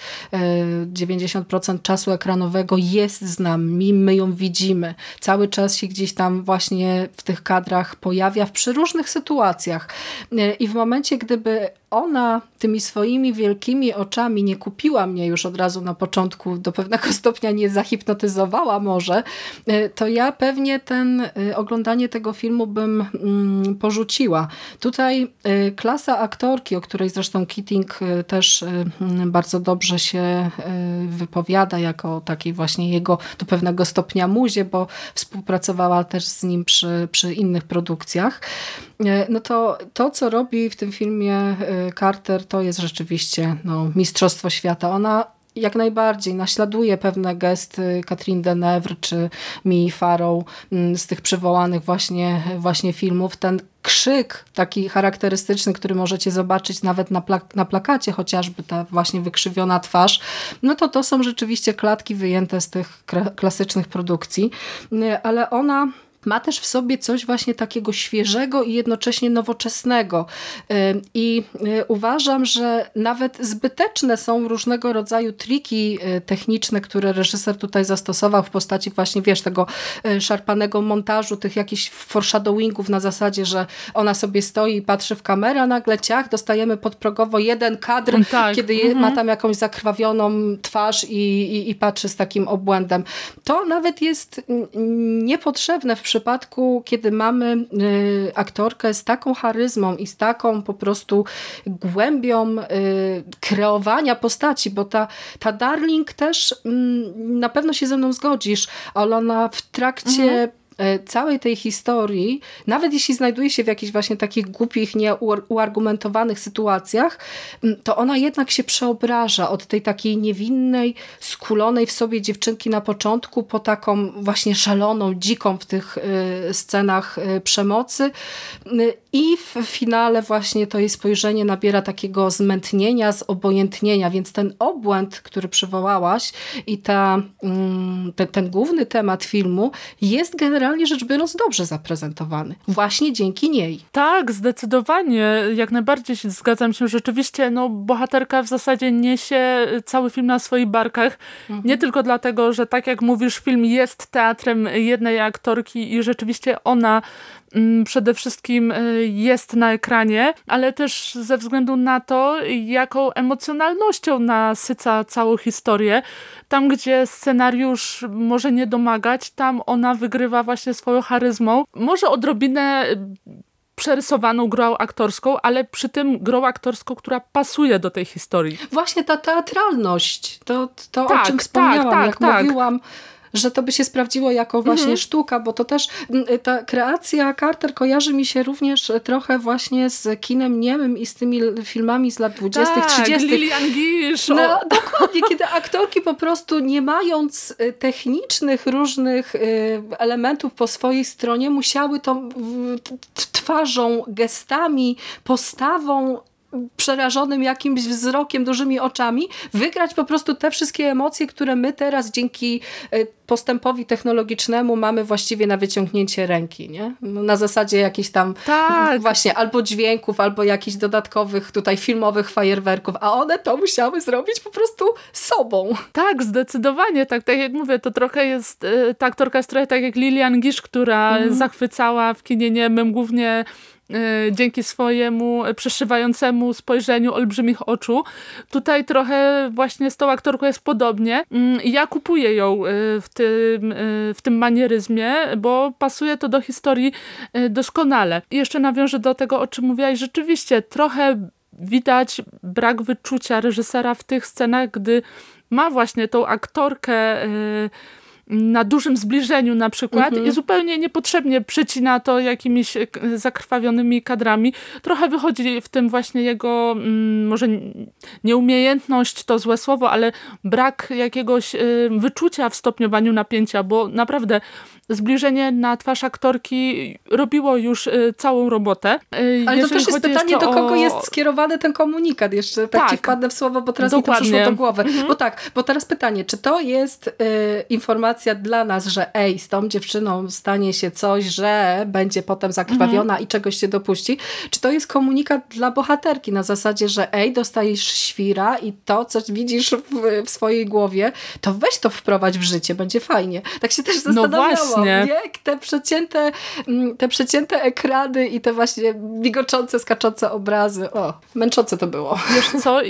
90% czasu ekranowego jest z nami, my ją widzimy. Cały czas się gdzieś tam właśnie w tych kadrach pojawia w przeróżnych sytuacjach. I w momencie, gdyby ona tymi swoimi wielkimi oczami nie kupiła mnie już od razu na początku, do pewnego stopnia nie zahipnotyzowała może, to ja pewnie oglądanie tego filmu bym porzuciła. Tutaj klasa aktorki, o której zresztą Keating też bardzo dobrze się wypowiada jako takiej właśnie jego do pewnego stopnia muzie, bo współpracowała też z nim przy innych produkcjach. No to, co robi w tym filmie Carter, to jest rzeczywiście mistrzostwo świata. Ona jak najbardziej naśladuje pewne gesty Catherine Deneuve czy Mii Farrow z tych przywołanych właśnie filmów. Ten krzyk taki charakterystyczny, który możecie zobaczyć nawet na plakacie, chociażby ta właśnie wykrzywiona twarz, no to są rzeczywiście klatki wyjęte z tych klasycznych produkcji, ale ona ma też w sobie coś właśnie takiego świeżego i jednocześnie nowoczesnego. I uważam, że nawet zbyteczne są różnego rodzaju triki techniczne, które reżyser tutaj zastosował w postaci właśnie, wiesz, tego szarpanego montażu, tych jakichś foreshadowingów na zasadzie, że ona sobie stoi i patrzy w kamerę, a nagle ciach, dostajemy podprogowo jeden kadr, kiedy ma tam jakąś zakrwawioną twarz i patrzy z takim obłędem. To nawet jest niepotrzebne w przypadku, kiedy mamy aktorkę z taką charyzmą i z taką po prostu głębią kreowania postaci, bo ta Darling też na pewno się ze mną zgodzisz, ale ona w trakcie całej tej historii, nawet jeśli znajduje się w jakichś właśnie takich głupich, nieuargumentowanych sytuacjach, to ona jednak się przeobraża od tej takiej niewinnej, skulonej w sobie dziewczynki na początku po taką właśnie szaloną, dziką w tych scenach przemocy i w finale właśnie to jej spojrzenie nabiera takiego zmętnienia, zobojętnienia, więc ten obłęd, który przywołałaś i ten główny temat filmu jest generalnie rzecz biorąc dobrze zaprezentowany. Właśnie dzięki niej. Tak, zdecydowanie. Jak najbardziej zgadzam się. Rzeczywiście bohaterka w zasadzie niesie cały film na swoich barkach. Nie tylko dlatego, że tak jak mówisz, film jest teatrem jednej aktorki i rzeczywiście ona przede wszystkim jest na ekranie, ale też ze względu na to, jaką emocjonalnością nasyca całą historię. Tam, gdzie scenariusz może nie domagać, tam ona wygrywa właśnie swoją charyzmą. Może odrobinę przerysowaną grą aktorską, ale przy tym grą aktorską, która pasuje do tej historii. Właśnie ta teatralność, to o czym wspomniałam, mówiłam, że to by się sprawdziło jako właśnie sztuka, bo to też ta kreacja Carter kojarzy mi się również trochę właśnie z kinem niemym i z tymi filmami z lat 20., 30. Lillian Gish. No, dokładnie, kiedy aktorki po prostu nie mając technicznych różnych elementów po swojej stronie musiały tą twarzą, gestami, postawą, przerażonym jakimś wzrokiem, dużymi oczami, wygrać po prostu te wszystkie emocje, które my teraz dzięki postępowi technologicznemu mamy właściwie na wyciągnięcie ręki, nie? Na zasadzie jakichś tam właśnie albo dźwięków, albo jakichś dodatkowych tutaj filmowych fajerwerków, a one to musiały zrobić po prostu sobą. Tak, zdecydowanie. Tak jak mówię, to trochę jest, ta aktorka jest trochę tak jak Lillian Gish, która zachwycała w kinie niemym głównie dzięki swojemu przeszywającemu spojrzeniu olbrzymich oczu. Tutaj trochę właśnie z tą aktorką jest podobnie. Ja kupuję ją w tym manieryzmie, bo pasuje to do historii doskonale. I jeszcze nawiążę do tego, o czym mówiłaś. Rzeczywiście trochę widać brak wyczucia reżysera w tych scenach, gdy ma właśnie tą aktorkę na dużym zbliżeniu na przykład i zupełnie niepotrzebnie przycina to jakimiś zakrwawionymi kadrami. Trochę wychodzi w tym właśnie jego może nieumiejętność, to złe słowo, ale brak jakiegoś wyczucia w stopniowaniu napięcia, bo naprawdę zbliżenie na twarz aktorki robiło już całą robotę. Ale to też jest pytanie, do kogo jest skierowany ten komunikat. Jeszcze tak ci wpadnę w słowo, bo teraz mi to przyszło do głowy. Bo teraz pytanie, czy to jest informacja dla nas, że z tą dziewczyną stanie się coś, że będzie potem zakrwawiona i czegoś się dopuści, czy to jest komunikat dla bohaterki na zasadzie, że dostajesz świra i to, co widzisz w swojej głowie, to weź to wprowadź w życie, będzie fajnie. Tak się też zastanawiałam, nie? Te przecięte ekrany i te właśnie migoczące, skaczące obrazy. Męczące to było. Wiesz co?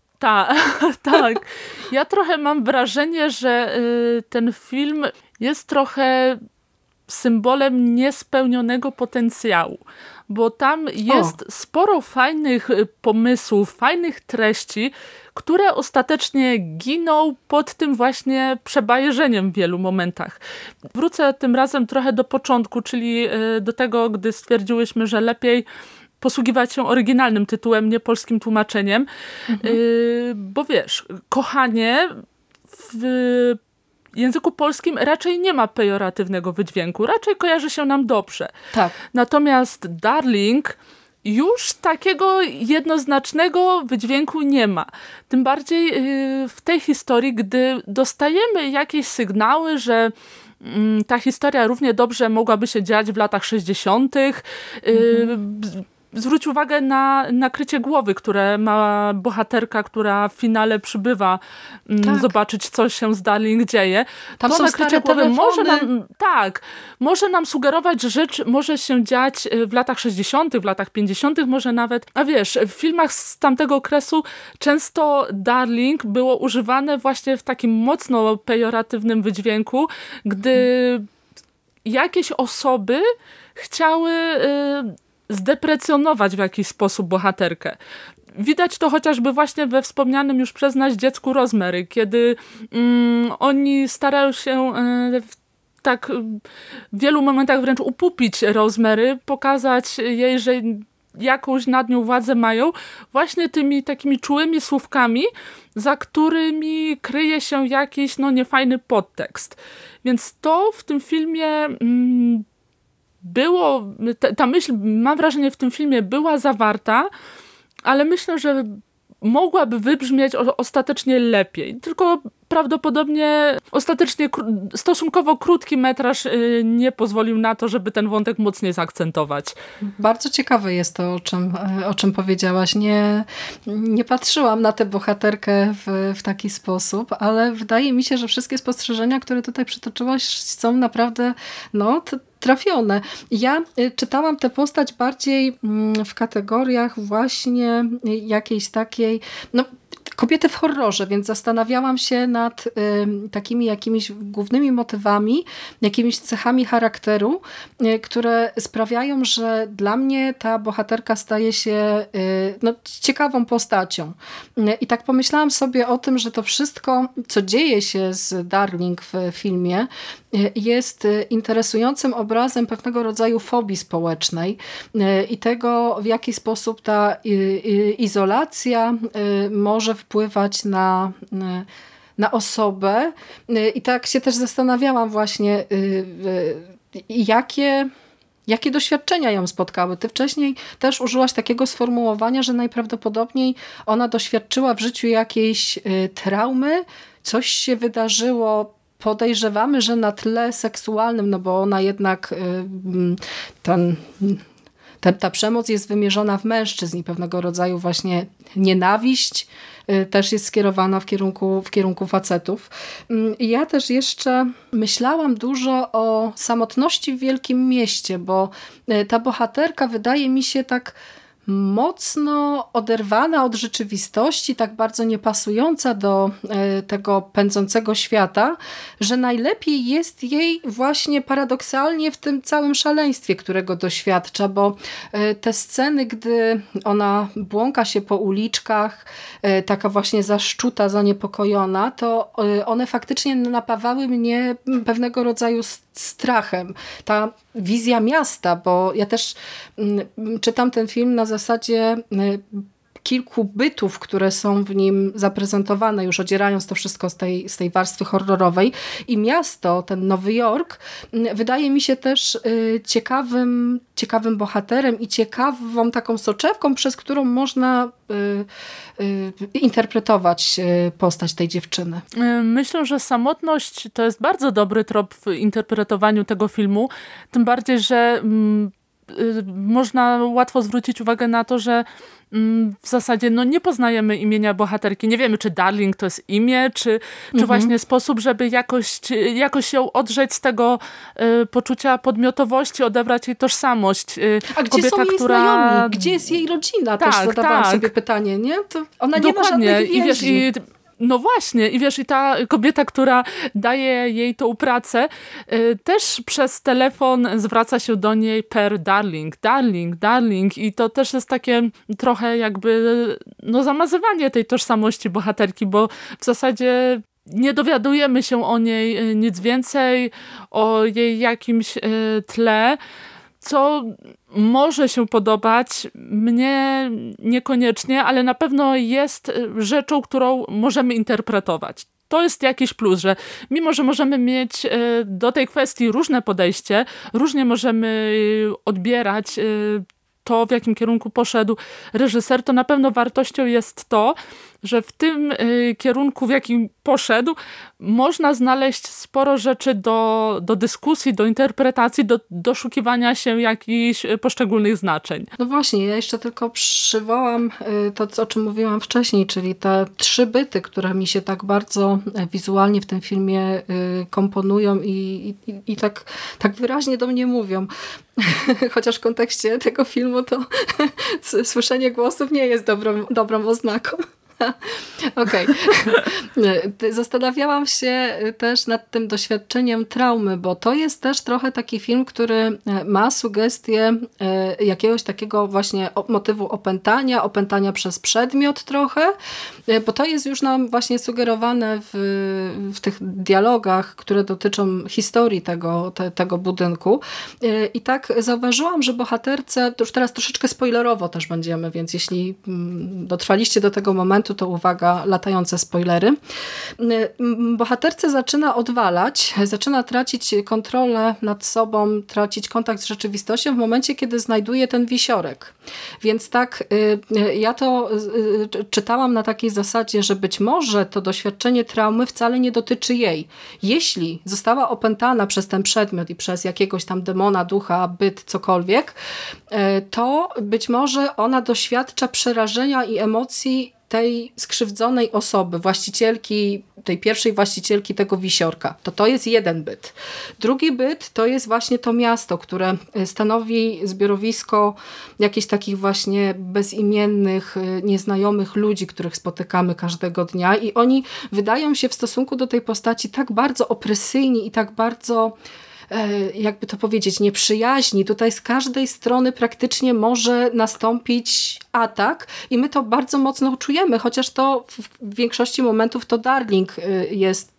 Tak. Ja trochę mam wrażenie, że ten film jest trochę symbolem niespełnionego potencjału, bo tam jest sporo fajnych pomysłów, fajnych treści, które ostatecznie giną pod tym właśnie przebajerzeniem w wielu momentach. Wrócę tym razem trochę do początku, czyli do tego, gdy stwierdziłyśmy, że lepiej posługiwać się oryginalnym tytułem, nie polskim tłumaczeniem. Bo wiesz, kochanie w języku polskim raczej nie ma pejoratywnego wydźwięku, raczej kojarzy się nam dobrze. Tak. Natomiast darling już takiego jednoznacznego wydźwięku nie ma. Tym bardziej w tej historii, gdy dostajemy jakieś sygnały, że ta historia równie dobrze mogłaby się dziać w latach 60. Zwróć uwagę na nakrycie głowy, które ma bohaterka, która w finale przybywa zobaczyć, co się z Darling dzieje. Tam to są nakrycie głowy telefony. może nam sugerować, że rzecz może się dziać w latach 60., w latach 50. może nawet. A wiesz, w filmach z tamtego okresu często Darling było używane właśnie w takim mocno pejoratywnym wydźwięku, gdy jakieś osoby chciały zdeprecjonować w jakiś sposób bohaterkę. Widać to chociażby właśnie we wspomnianym już przez nas dziecku Rosemary, kiedy oni starają się w wielu momentach wręcz upupić Rosemary, pokazać jej, że jakąś nad nią władzę mają, właśnie tymi takimi czułymi słówkami, za którymi kryje się jakiś niefajny podtekst. Więc to w tym filmie było, ta myśl, mam wrażenie, w tym filmie była zawarta, ale myślę, że mogłaby wybrzmieć ostatecznie lepiej. Tylko prawdopodobnie ostatecznie stosunkowo krótki metraż nie pozwolił na to, żeby ten wątek mocniej zaakcentować. Bardzo ciekawe jest to, o czym powiedziałaś. Nie patrzyłam na tę bohaterkę w taki sposób, ale wydaje mi się, że wszystkie spostrzeżenia, które tutaj przytoczyłaś, są naprawdę trafione. Ja czytałam tę postać bardziej w kategoriach właśnie jakiejś takiej kobiety w horrorze, więc zastanawiałam się nad takimi jakimiś głównymi motywami, jakimiś cechami charakteru, które sprawiają, że dla mnie ta bohaterka staje się ciekawą postacią. I tak pomyślałam sobie o tym, że to wszystko, co dzieje się z Darling w filmie, jest interesującym obrazem pewnego rodzaju fobii społecznej i tego, w jaki sposób ta izolacja może wpływać na osobę. I tak się też zastanawiałam właśnie, jakie doświadczenia ją spotkały. Ty wcześniej też użyłaś takiego sformułowania, że najprawdopodobniej ona doświadczyła w życiu jakiejś traumy, coś się wydarzyło. Podejrzewamy, że na tle seksualnym, bo ona jednak ta przemoc jest wymierzona w mężczyzn i pewnego rodzaju właśnie nienawiść też jest skierowana w kierunku facetów. Ja też jeszcze myślałam dużo o samotności w wielkim mieście, bo ta bohaterka wydaje mi się tak mocno oderwana od rzeczywistości, tak bardzo niepasująca do tego pędzącego świata, że najlepiej jest jej właśnie paradoksalnie w tym całym szaleństwie, którego doświadcza, bo te sceny, gdy ona błąka się po uliczkach, taka właśnie zaszczuta, zaniepokojona, to one faktycznie napawały mnie pewnego rodzaju strachem. Ta wizja miasta, bo ja też czytam ten film na zasadzie kilku bytów, które są w nim zaprezentowane, już odzierając to wszystko z tej warstwy horrorowej. I miasto, ten Nowy Jork, wydaje mi się też ciekawym bohaterem i ciekawą taką soczewką, przez którą można interpretować postać tej dziewczyny. Myślę, że samotność to jest bardzo dobry trop w interpretowaniu tego filmu, tym bardziej, że można łatwo zwrócić uwagę na to, że w zasadzie nie poznajemy imienia bohaterki. Nie wiemy, czy Darling to jest imię, czy właśnie sposób, żeby jakoś ją odrzeć z tego poczucia podmiotowości, odebrać jej tożsamość. A gdzie są jej znajomi? Gdzie jest jej rodzina? Też zadawałam sobie pytanie, nie? To ona dokładnie. Nie ma żadnych więzi. No właśnie, i wiesz, i ta kobieta, która daje jej tą pracę, też przez telefon zwraca się do niej per darling, darling, darling i to też jest takie trochę jakby zamazywanie tej tożsamości bohaterki, bo w zasadzie nie dowiadujemy się o niej nic więcej, o jej jakimś tle, co może się podobać, mnie niekoniecznie, ale na pewno jest rzeczą, którą możemy interpretować. to jest jakiś plus, że mimo, że możemy mieć do tej kwestii różne podejście, różnie możemy odbierać to, w jakim kierunku poszedł reżyser, to na pewno wartością jest to, że w tym kierunku, w jakim poszedł, można znaleźć sporo rzeczy do dyskusji, do interpretacji, do doszukiwania się jakichś poszczególnych znaczeń. No właśnie, ja jeszcze tylko przywołam to, o czym mówiłam wcześniej, czyli te 3 byty, które mi się tak bardzo wizualnie w tym filmie komponują i tak wyraźnie do mnie mówią. Chociaż w kontekście tego filmu to słyszenie głosów nie jest dobrą oznaką. Okej. Zastanawiałam się też nad tym doświadczeniem traumy, bo to jest też trochę taki film, który ma sugestię jakiegoś takiego właśnie motywu opętania przez przedmiot trochę, bo to jest już nam właśnie sugerowane w tych dialogach, które dotyczą historii tego budynku. I tak zauważyłam, że bohaterce, to już teraz troszeczkę spoilerowo też będziemy, więc jeśli dotrwaliście do tego momentu, to uwaga, latające spoilery. Bohaterce zaczyna odwalać, zaczyna tracić kontrolę nad sobą, tracić kontakt z rzeczywistością w momencie, kiedy znajduje ten wisiorek. Więc tak, ja to czytałam na takiej zasadzie, że być może to doświadczenie traumy wcale nie dotyczy jej. Jeśli została opętana przez ten przedmiot i przez jakiegoś tam demona, ducha, byt, cokolwiek, to być może ona doświadcza przerażenia i emocji tej skrzywdzonej osoby, tej pierwszej właścicielki tego wisiorka. To jest jeden byt. Drugi byt to jest właśnie to miasto, które stanowi zbiorowisko jakichś takich właśnie bezimiennych, nieznajomych ludzi, których spotykamy każdego dnia i oni wydają się w stosunku do tej postaci tak bardzo opresyjni i tak bardzo, jakby to powiedzieć, nieprzyjaźni. Tutaj z każdej strony praktycznie może nastąpić atak i my to bardzo mocno czujemy, chociaż to w większości momentów to Darling jest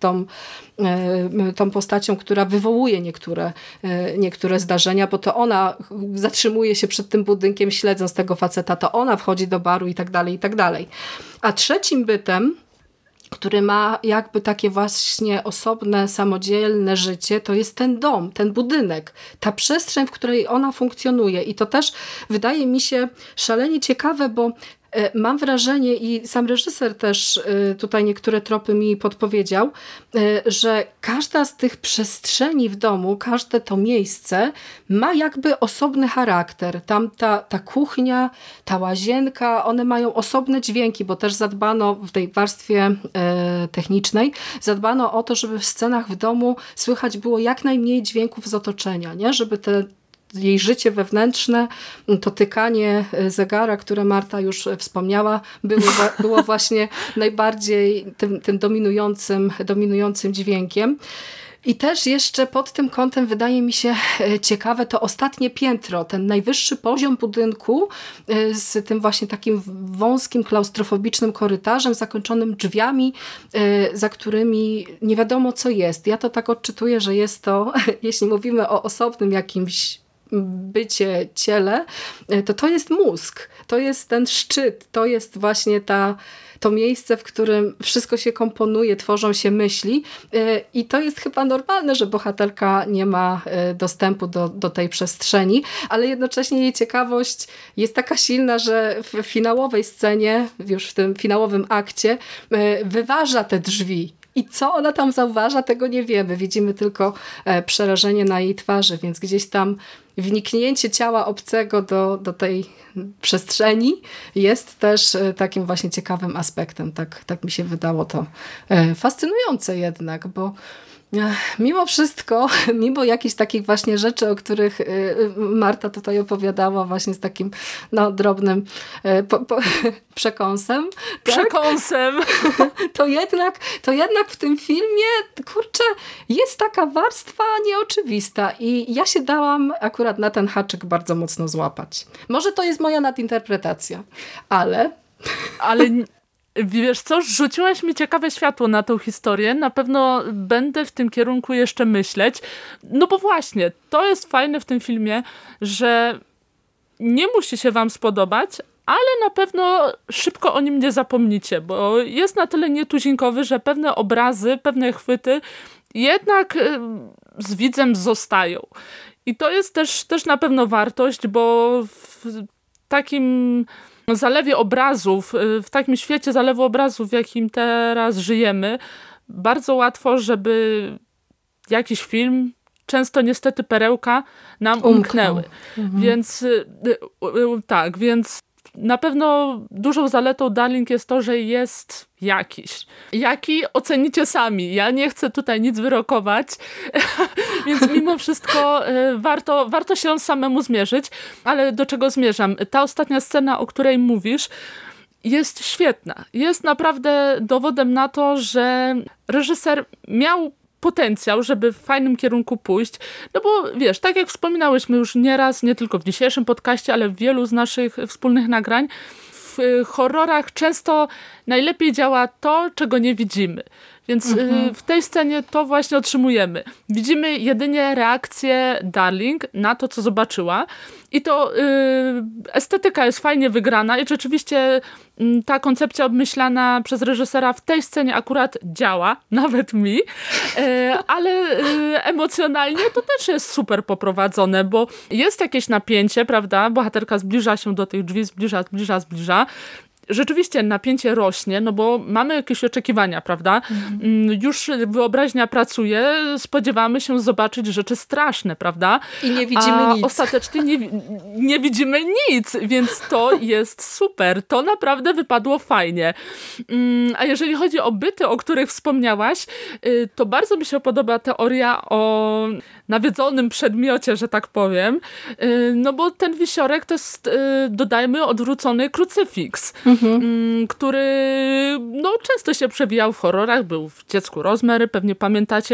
tą postacią, która wywołuje niektóre zdarzenia, bo to ona zatrzymuje się przed tym budynkiem, śledząc tego faceta, to ona wchodzi do baru i tak dalej, i tak dalej. A trzecim bytem, który ma jakby takie właśnie osobne, samodzielne życie, to jest ten dom, ten budynek, ta przestrzeń, w której ona funkcjonuje. I to też wydaje mi się szalenie ciekawe, bo mam wrażenie i sam reżyser też tutaj niektóre tropy mi podpowiedział, że każda z tych przestrzeni w domu, każde to miejsce ma jakby osobny charakter. Tam ta kuchnia, ta łazienka, one mają osobne dźwięki, bo też zadbano w tej warstwie technicznej, zadbano o to, żeby w scenach w domu słychać było jak najmniej dźwięków z otoczenia, nie? Żeby jej życie wewnętrzne, to tykanie zegara, które Marta już wspomniała, było właśnie najbardziej tym dominującym dźwiękiem. I też jeszcze pod tym kątem wydaje mi się ciekawe to ostatnie piętro, ten najwyższy poziom budynku z tym właśnie takim wąskim, klaustrofobicznym korytarzem zakończonym drzwiami, za którymi nie wiadomo co jest. Ja to tak odczytuję, że jest to, jeśli mówimy o osobnym jakimś ciele, to jest mózg, to jest ten szczyt, to jest właśnie to miejsce, w którym wszystko się komponuje, tworzą się myśli i to jest chyba normalne, że bohaterka nie ma dostępu do tej przestrzeni, ale jednocześnie jej ciekawość jest taka silna, że w finałowej scenie, już w tym finałowym akcie wyważa te drzwi. I co ona tam zauważa, tego nie wiemy. Widzimy tylko przerażenie na jej twarzy, więc gdzieś tam wniknięcie ciała obcego do tej przestrzeni jest też takim właśnie ciekawym aspektem. Tak mi się wydało to fascynujące jednak, bo mimo wszystko, mimo jakichś takich właśnie rzeczy, o których Marta tutaj opowiadała właśnie z takim drobnym przekąsem. Przekąsem. Tak? To jednak w tym filmie, kurczę, jest taka warstwa nieoczywista i ja się dałam akurat na ten haczyk bardzo mocno złapać. Może to jest moja nadinterpretacja, ale... Wiesz co, rzuciłaś mi ciekawe światło na tą historię. Na pewno będę w tym kierunku jeszcze myśleć. No bo właśnie, to jest fajne w tym filmie, że nie musi się wam spodobać, ale na pewno szybko o nim nie zapomnicie, bo jest na tyle nietuzinkowy, że pewne obrazy, pewne chwyty jednak z widzem zostają. I to jest też na pewno wartość, bo w takim zalewie obrazów, w takim świecie zalewu obrazów, w jakim teraz żyjemy, bardzo łatwo, żeby jakiś film, często niestety perełka, nam umknęły. Więc tak, więc na pewno dużą zaletą Darling jest to, że jest jakiś. Jaki ocenicie sami. Ja nie chcę tutaj nic wyrokować, więc mimo wszystko warto się samemu zmierzyć. Ale do czego zmierzam? Ta ostatnia scena, o której mówisz, jest świetna. Jest naprawdę dowodem na to, że reżyser miał potencjał, żeby w fajnym kierunku pójść. No bo wiesz, tak jak wspominałyśmy już nieraz, nie tylko w dzisiejszym podcaście, ale w wielu z naszych wspólnych nagrań, w horrorach często najlepiej działa to, czego nie widzimy. Więc w tej scenie to właśnie otrzymujemy. Widzimy jedynie reakcję Darling na to, co zobaczyła. I to estetyka jest fajnie wygrana i rzeczywiście ta koncepcja obmyślana przez reżysera w tej scenie akurat działa, nawet mi, ale emocjonalnie to też jest super poprowadzone, bo jest jakieś napięcie, prawda? Bohaterka zbliża się do tych drzwi, zbliża. Rzeczywiście napięcie rośnie, no bo mamy jakieś oczekiwania, prawda? Już wyobraźnia pracuje, spodziewamy się zobaczyć rzeczy straszne, prawda? I nie widzimy nic. Ostatecznie nie widzimy nic, więc to jest super. To naprawdę wypadło fajnie. A jeżeli chodzi o byty, o których wspomniałaś, to bardzo mi się podoba teoria o nawiedzonym przedmiocie, że tak powiem. No bo ten wisiorek to jest, dodajmy, odwrócony krucyfiks. Który no, często się przewijał w horrorach, był w Dziecku Rosemary, pewnie pamiętacie,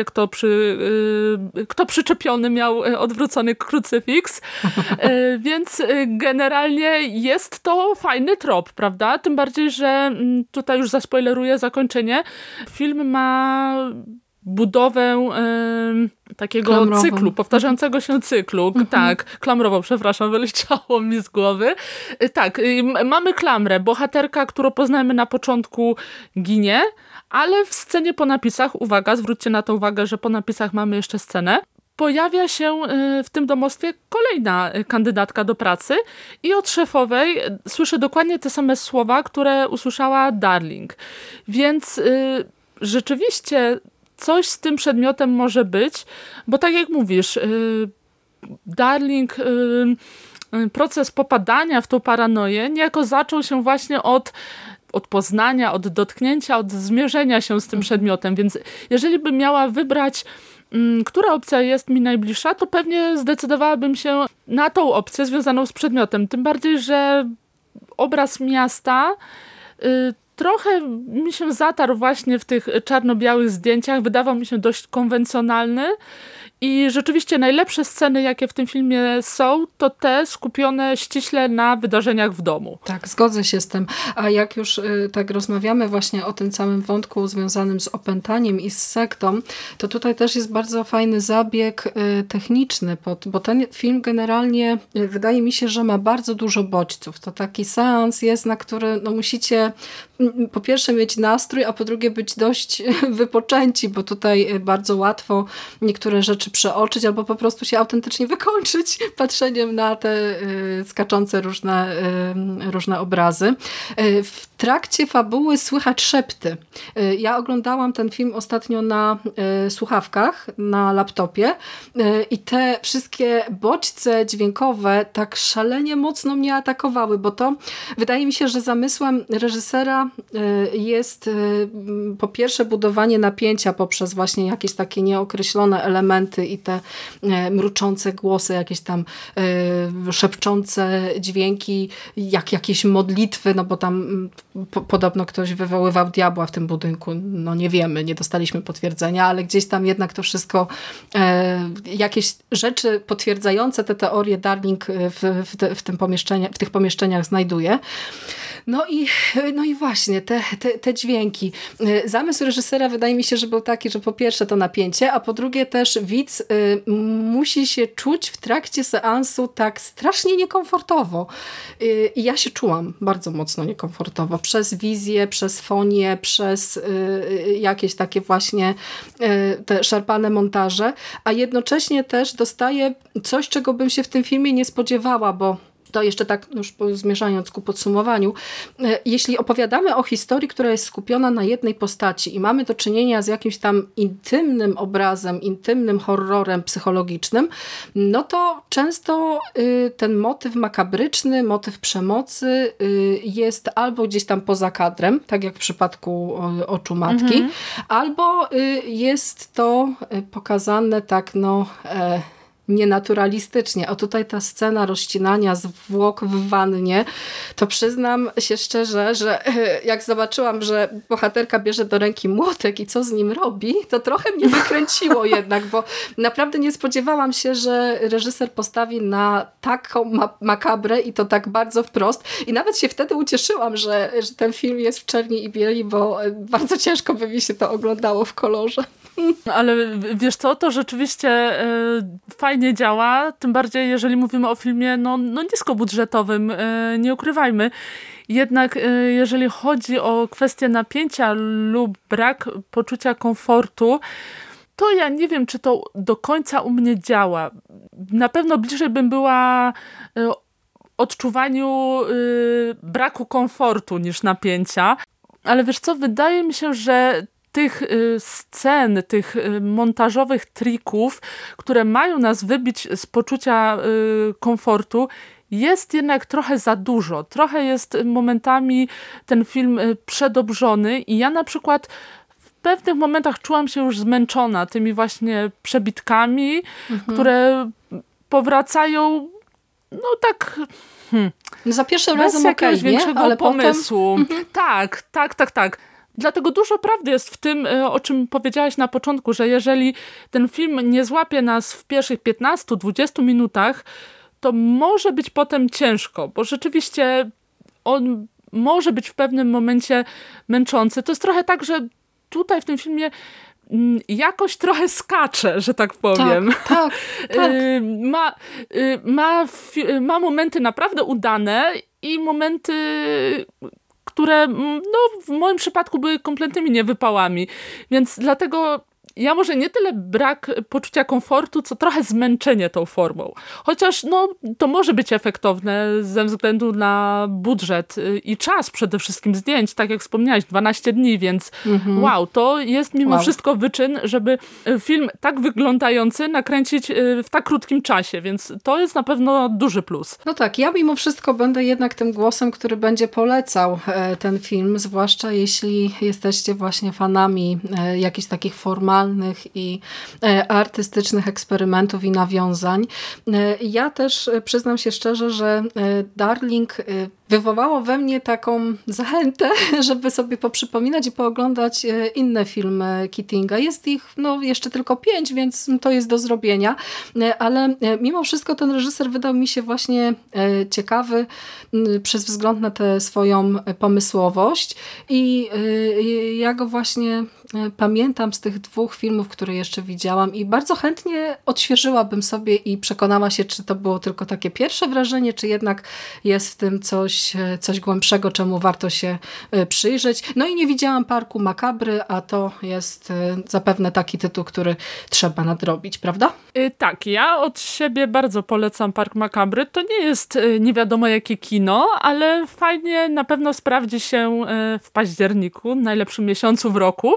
kto przyczepiony miał odwrócony krucyfiks, więc generalnie jest to fajny trop, prawda? Tym bardziej, że tutaj już zaspoileruję zakończenie. Film ma budowę takiego klamrową. cyklu, powtarzającego się cyklu. Tak, klamrową, przepraszam, wyleciało mi z głowy. Tak, mamy klamrę. Bohaterka, którą poznajemy na początku, ginie, ale w scenie po napisach, uwaga, zwróćcie na to uwagę, że po napisach mamy jeszcze scenę, pojawia się w tym domostwie kolejna kandydatka do pracy i od szefowej słyszy dokładnie te same słowa, które usłyszała Darling. Więc rzeczywiście coś z tym przedmiotem może być, bo tak jak mówisz, Darling, proces popadania w tą paranoję niejako zaczął się właśnie od poznania, od dotknięcia, od zmierzenia się z tym przedmiotem, więc jeżeli bym miała wybrać, która opcja jest mi najbliższa, to pewnie zdecydowałabym się na tą opcję związaną z przedmiotem, tym bardziej, że obraz miasta trochę mi się zatarł właśnie w tych czarno-białych zdjęciach. Wydawał mi się dość konwencjonalny i rzeczywiście najlepsze sceny, jakie w tym filmie są, to te skupione ściśle na wydarzeniach w domu. Tak, zgodzę się z tym. A jak już tak rozmawiamy właśnie o tym całym wątku związanym z opętaniem i z sektą, to tutaj też jest bardzo fajny zabieg techniczny, bo ten film generalnie wydaje mi się, że ma bardzo dużo bodźców. To taki seans jest, na który no, musicie po pierwsze mieć nastrój, a po drugie być dość wypoczęci, bo tutaj bardzo łatwo niektóre rzeczy przeoczyć albo po prostu się autentycznie wykończyć patrzeniem na te skaczące różne obrazy. W trakcie fabuły słychać szepty. Ja oglądałam ten film ostatnio na słuchawkach, na laptopie i te wszystkie bodźce dźwiękowe tak szalenie mocno mnie atakowały, bo to wydaje mi się, że zamysłem reżysera jest po pierwsze budowanie napięcia poprzez właśnie jakieś takie nieokreślone elementy i te mruczące głosy, jakieś tam szepczące dźwięki, jak jakieś modlitwy, no bo tam podobno ktoś wywoływał diabła w tym budynku. No nie wiemy, nie dostaliśmy potwierdzenia, ale gdzieś tam jednak to wszystko, jakieś rzeczy potwierdzające te teorie Darling w tych pomieszczeniach znajduje. No i właśnie te dźwięki. Zamysł reżysera wydaje mi się, że był taki, że po pierwsze to napięcie, a po drugie też widz musi się czuć w trakcie seansu tak strasznie niekomfortowo. I ja się czułam bardzo mocno niekomfortowo. Przez wizję, przez fonię, przez jakieś takie właśnie te szarpane montaże, a jednocześnie też dostaję coś, czego bym się w tym filmie nie spodziewała, bo to jeszcze tak już zmierzając ku podsumowaniu, jeśli opowiadamy o historii, która jest skupiona na jednej postaci i mamy do czynienia z jakimś tam intymnym obrazem, intymnym horrorem psychologicznym, no to często ten motyw makabryczny, motyw przemocy jest albo gdzieś tam poza kadrem, tak jak w przypadku Oczu Matki, albo jest to pokazane tak nienaturalistycznie. A tutaj ta scena rozcinania zwłok w wannie, to przyznam się szczerze, że jak zobaczyłam, że bohaterka bierze do ręki młotek i co z nim robi, to trochę mnie wykręciło jednak, bo naprawdę nie spodziewałam się, że reżyser postawi na taką makabrę i to tak bardzo wprost. I nawet się wtedy ucieszyłam, że ten film jest w czerni i bieli, bo bardzo ciężko by mi się to oglądało w kolorze. Ale wiesz co, to rzeczywiście fajnie działa, tym bardziej jeżeli mówimy o filmie niskobudżetowym, nie ukrywajmy. Jednak jeżeli chodzi o kwestię napięcia lub brak poczucia komfortu, to ja nie wiem, czy to do końca u mnie działa. Na pewno bliżej bym była odczuwaniu braku komfortu niż napięcia. Ale wiesz co, wydaje mi się, że tych scen, tych montażowych trików, które mają nas wybić z poczucia komfortu, jest jednak trochę za dużo. Trochę jest momentami ten film przedobrzony i ja na przykład w pewnych momentach czułam się już zmęczona tymi właśnie przebitkami, które powracają tak... Za pierwszym bez razem jakiegoś większego ale pomysłu. Potem... Tak. Dlatego dużo prawdy jest w tym, o czym powiedziałaś na początku, że jeżeli ten film nie złapie nas w pierwszych 15-20 minutach, to może być potem ciężko, bo rzeczywiście on może być w pewnym momencie męczący. To jest trochę tak, że tutaj w tym filmie jakoś trochę skacze, że tak powiem. Tak. Ma momenty naprawdę udane i momenty, które w moim przypadku były kompletnymi niewypałami. Więc dlatego ja może nie tyle brak poczucia komfortu, co trochę zmęczenie tą formą. Chociaż to może być efektowne ze względu na budżet i czas przede wszystkim zdjęć. Tak jak wspomniałaś, 12 dni, więc to jest mimo wszystko wyczyn, żeby film tak wyglądający nakręcić w tak krótkim czasie, więc to jest na pewno duży plus. No tak, ja mimo wszystko będę jednak tym głosem, który będzie polecał ten film, zwłaszcza jeśli jesteście właśnie fanami jakichś takich formalnych i artystycznych eksperymentów i nawiązań. Ja też przyznam się szczerze, że Darling wywołało we mnie taką zachętę, żeby sobie poprzypominać i pooglądać inne filmy Keatinga. Jest ich jeszcze tylko 5, więc to jest do zrobienia, ale mimo wszystko ten reżyser wydał mi się właśnie ciekawy przez wzgląd na tę swoją pomysłowość i ja go właśnie pamiętam z tych 2 filmów, które jeszcze widziałam i bardzo chętnie odświeżyłabym sobie i przekonała się, czy to było tylko takie pierwsze wrażenie, czy jednak jest w tym coś głębszego, czemu warto się przyjrzeć. No i nie widziałam Parku Makabry, a to jest zapewne taki tytuł, który trzeba nadrobić, prawda? Tak, ja od siebie bardzo polecam Park Makabry. To nie jest nie wiadomo jakie kino, ale fajnie na pewno sprawdzi się w październiku, najlepszym miesiącu w roku.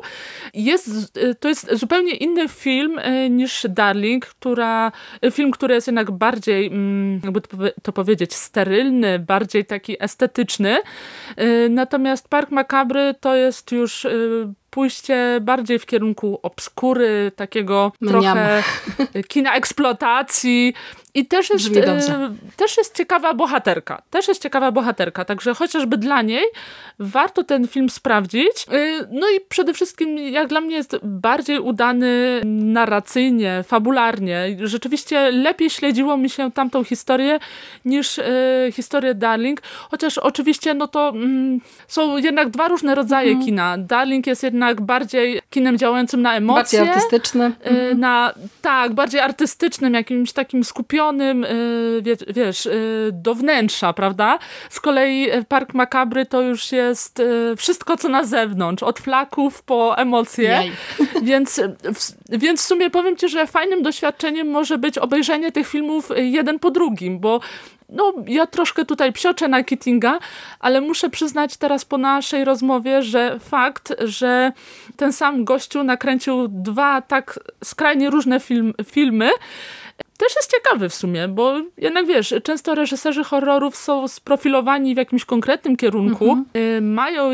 To jest zupełnie inny film niż Darling, film, który jest jednak bardziej, jakby to powiedzieć, sterylny, bardziej taki estetyczny. Natomiast Park Makabry to jest już pójście bardziej w kierunku obskury, takiego trochę kina eksploatacji I też jest ciekawa bohaterka. Także chociażby dla niej warto ten film sprawdzić. No i przede wszystkim, jak dla mnie, jest bardziej udany narracyjnie, fabularnie. Rzeczywiście lepiej śledziło mi się tamtą historię niż historię Darling. Chociaż oczywiście są jednak dwa różne rodzaje kina. Darling jest jednak bardziej kinem działającym na emocje. Bardziej artystyczny. Bardziej artystycznym, jakimś takim skupionym, do wnętrza, prawda? Z kolei Park Makabry to już jest wszystko, co na zewnątrz. Od flaków po emocje. Więc w sumie powiem ci, że fajnym doświadczeniem może być obejrzenie tych filmów jeden po drugim, bo ja troszkę tutaj psioczę na Keatinga, ale muszę przyznać teraz po naszej rozmowie, że fakt, że ten sam gościu nakręcił dwa tak skrajnie różne filmy, też jest ciekawy w sumie, bo jednak często reżyserzy horrorów są sprofilowani w jakimś konkretnym kierunku, mają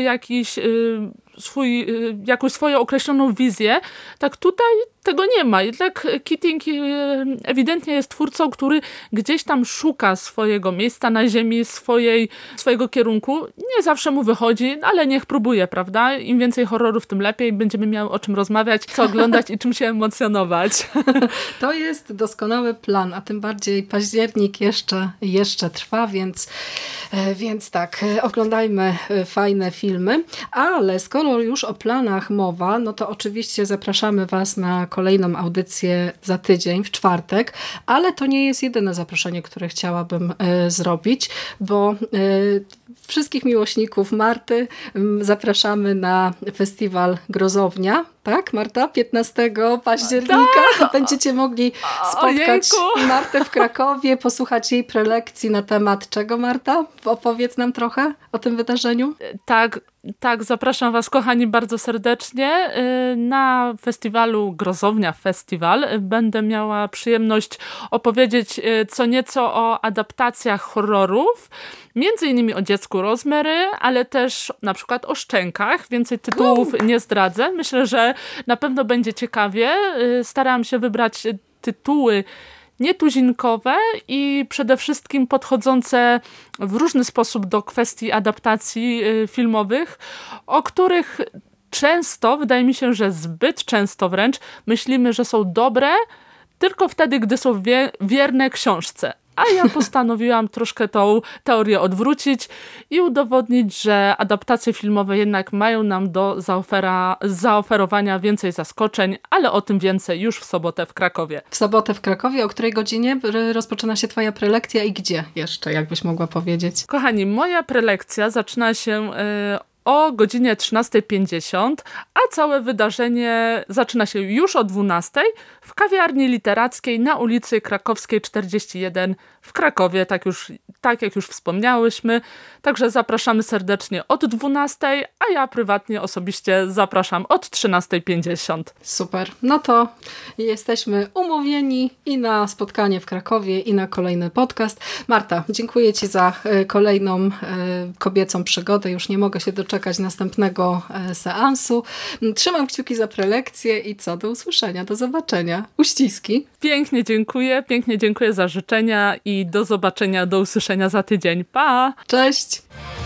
jakąś swoją określoną wizję. Tak tutaj tego nie ma. Jednak Keating ewidentnie jest twórcą, który gdzieś tam szuka swojego miejsca na ziemi, swojego kierunku. Nie zawsze mu wychodzi, ale niech próbuje, prawda? Im więcej horrorów, tym lepiej. Będziemy miały o czym rozmawiać, co oglądać i czym się emocjonować. To jest doskonały plan, a tym bardziej październik jeszcze trwa, więc tak, oglądajmy fajne filmy. Ale skoro już o planach mowa, no to oczywiście zapraszamy Was na kolejną audycję za tydzień, w czwartek, ale to nie jest jedyne zaproszenie, które chciałabym zrobić, bo wszystkich miłośników Marty zapraszamy na festiwal Grozownia. Tak, Marta? 15 października będziecie mogli spotkać Martę w Krakowie, posłuchać jej prelekcji na temat czego, Marta? Opowiedz nam trochę o tym wydarzeniu. Tak, zapraszam Was, kochani, bardzo serdecznie. Na festiwalu Grozownia Festiwal będę miała przyjemność opowiedzieć co nieco o adaptacjach horrorów, między innymi o Dziecku Rosemary, ale też na przykład o Szczękach. Więcej tytułów nie zdradzę. Myślę, że na pewno będzie ciekawie. Starałam się wybrać tytuły nietuzinkowe i przede wszystkim podchodzące w różny sposób do kwestii adaptacji filmowych, o których często, wydaje mi się, że zbyt często wręcz, myślimy, że są dobre tylko wtedy, gdy są wierne książce. A ja postanowiłam troszkę tą teorię odwrócić i udowodnić, że adaptacje filmowe jednak mają nam do zaoferowania więcej zaskoczeń, ale o tym więcej już w sobotę w Krakowie. W sobotę w Krakowie, o której godzinie rozpoczyna się Twoja prelekcja i gdzie jeszcze, jakbyś mogła powiedzieć? Kochani, moja prelekcja zaczyna się o godzinie 13:50, a całe wydarzenie zaczyna się już o 12:00 w kawiarni literackiej na ulicy Krakowskiej 41 w Krakowie, tak jak już wspomniałyśmy. Także zapraszamy serdecznie od 12:00, a ja prywatnie osobiście zapraszam od 13:50. Super. No to jesteśmy umówieni i na spotkanie w Krakowie, i na kolejny podcast. Marta, dziękuję Ci za kolejną kobiecą przygodę. Już nie mogę się doczekać następnego seansu. Trzymam kciuki za prelekcję i do usłyszenia, do zobaczenia. Uściski. Pięknie dziękuję za życzenia i do zobaczenia, do usłyszenia za tydzień. Pa! Cześć!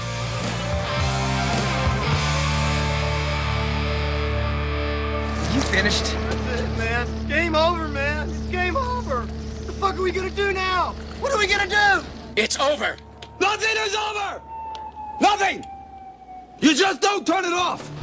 You finished? That's it, man. Game over, man. It's game over. What the fuck are we gonna do now? What are we gonna do? It's over. Nothing is over! Nothing! You just don't turn it off!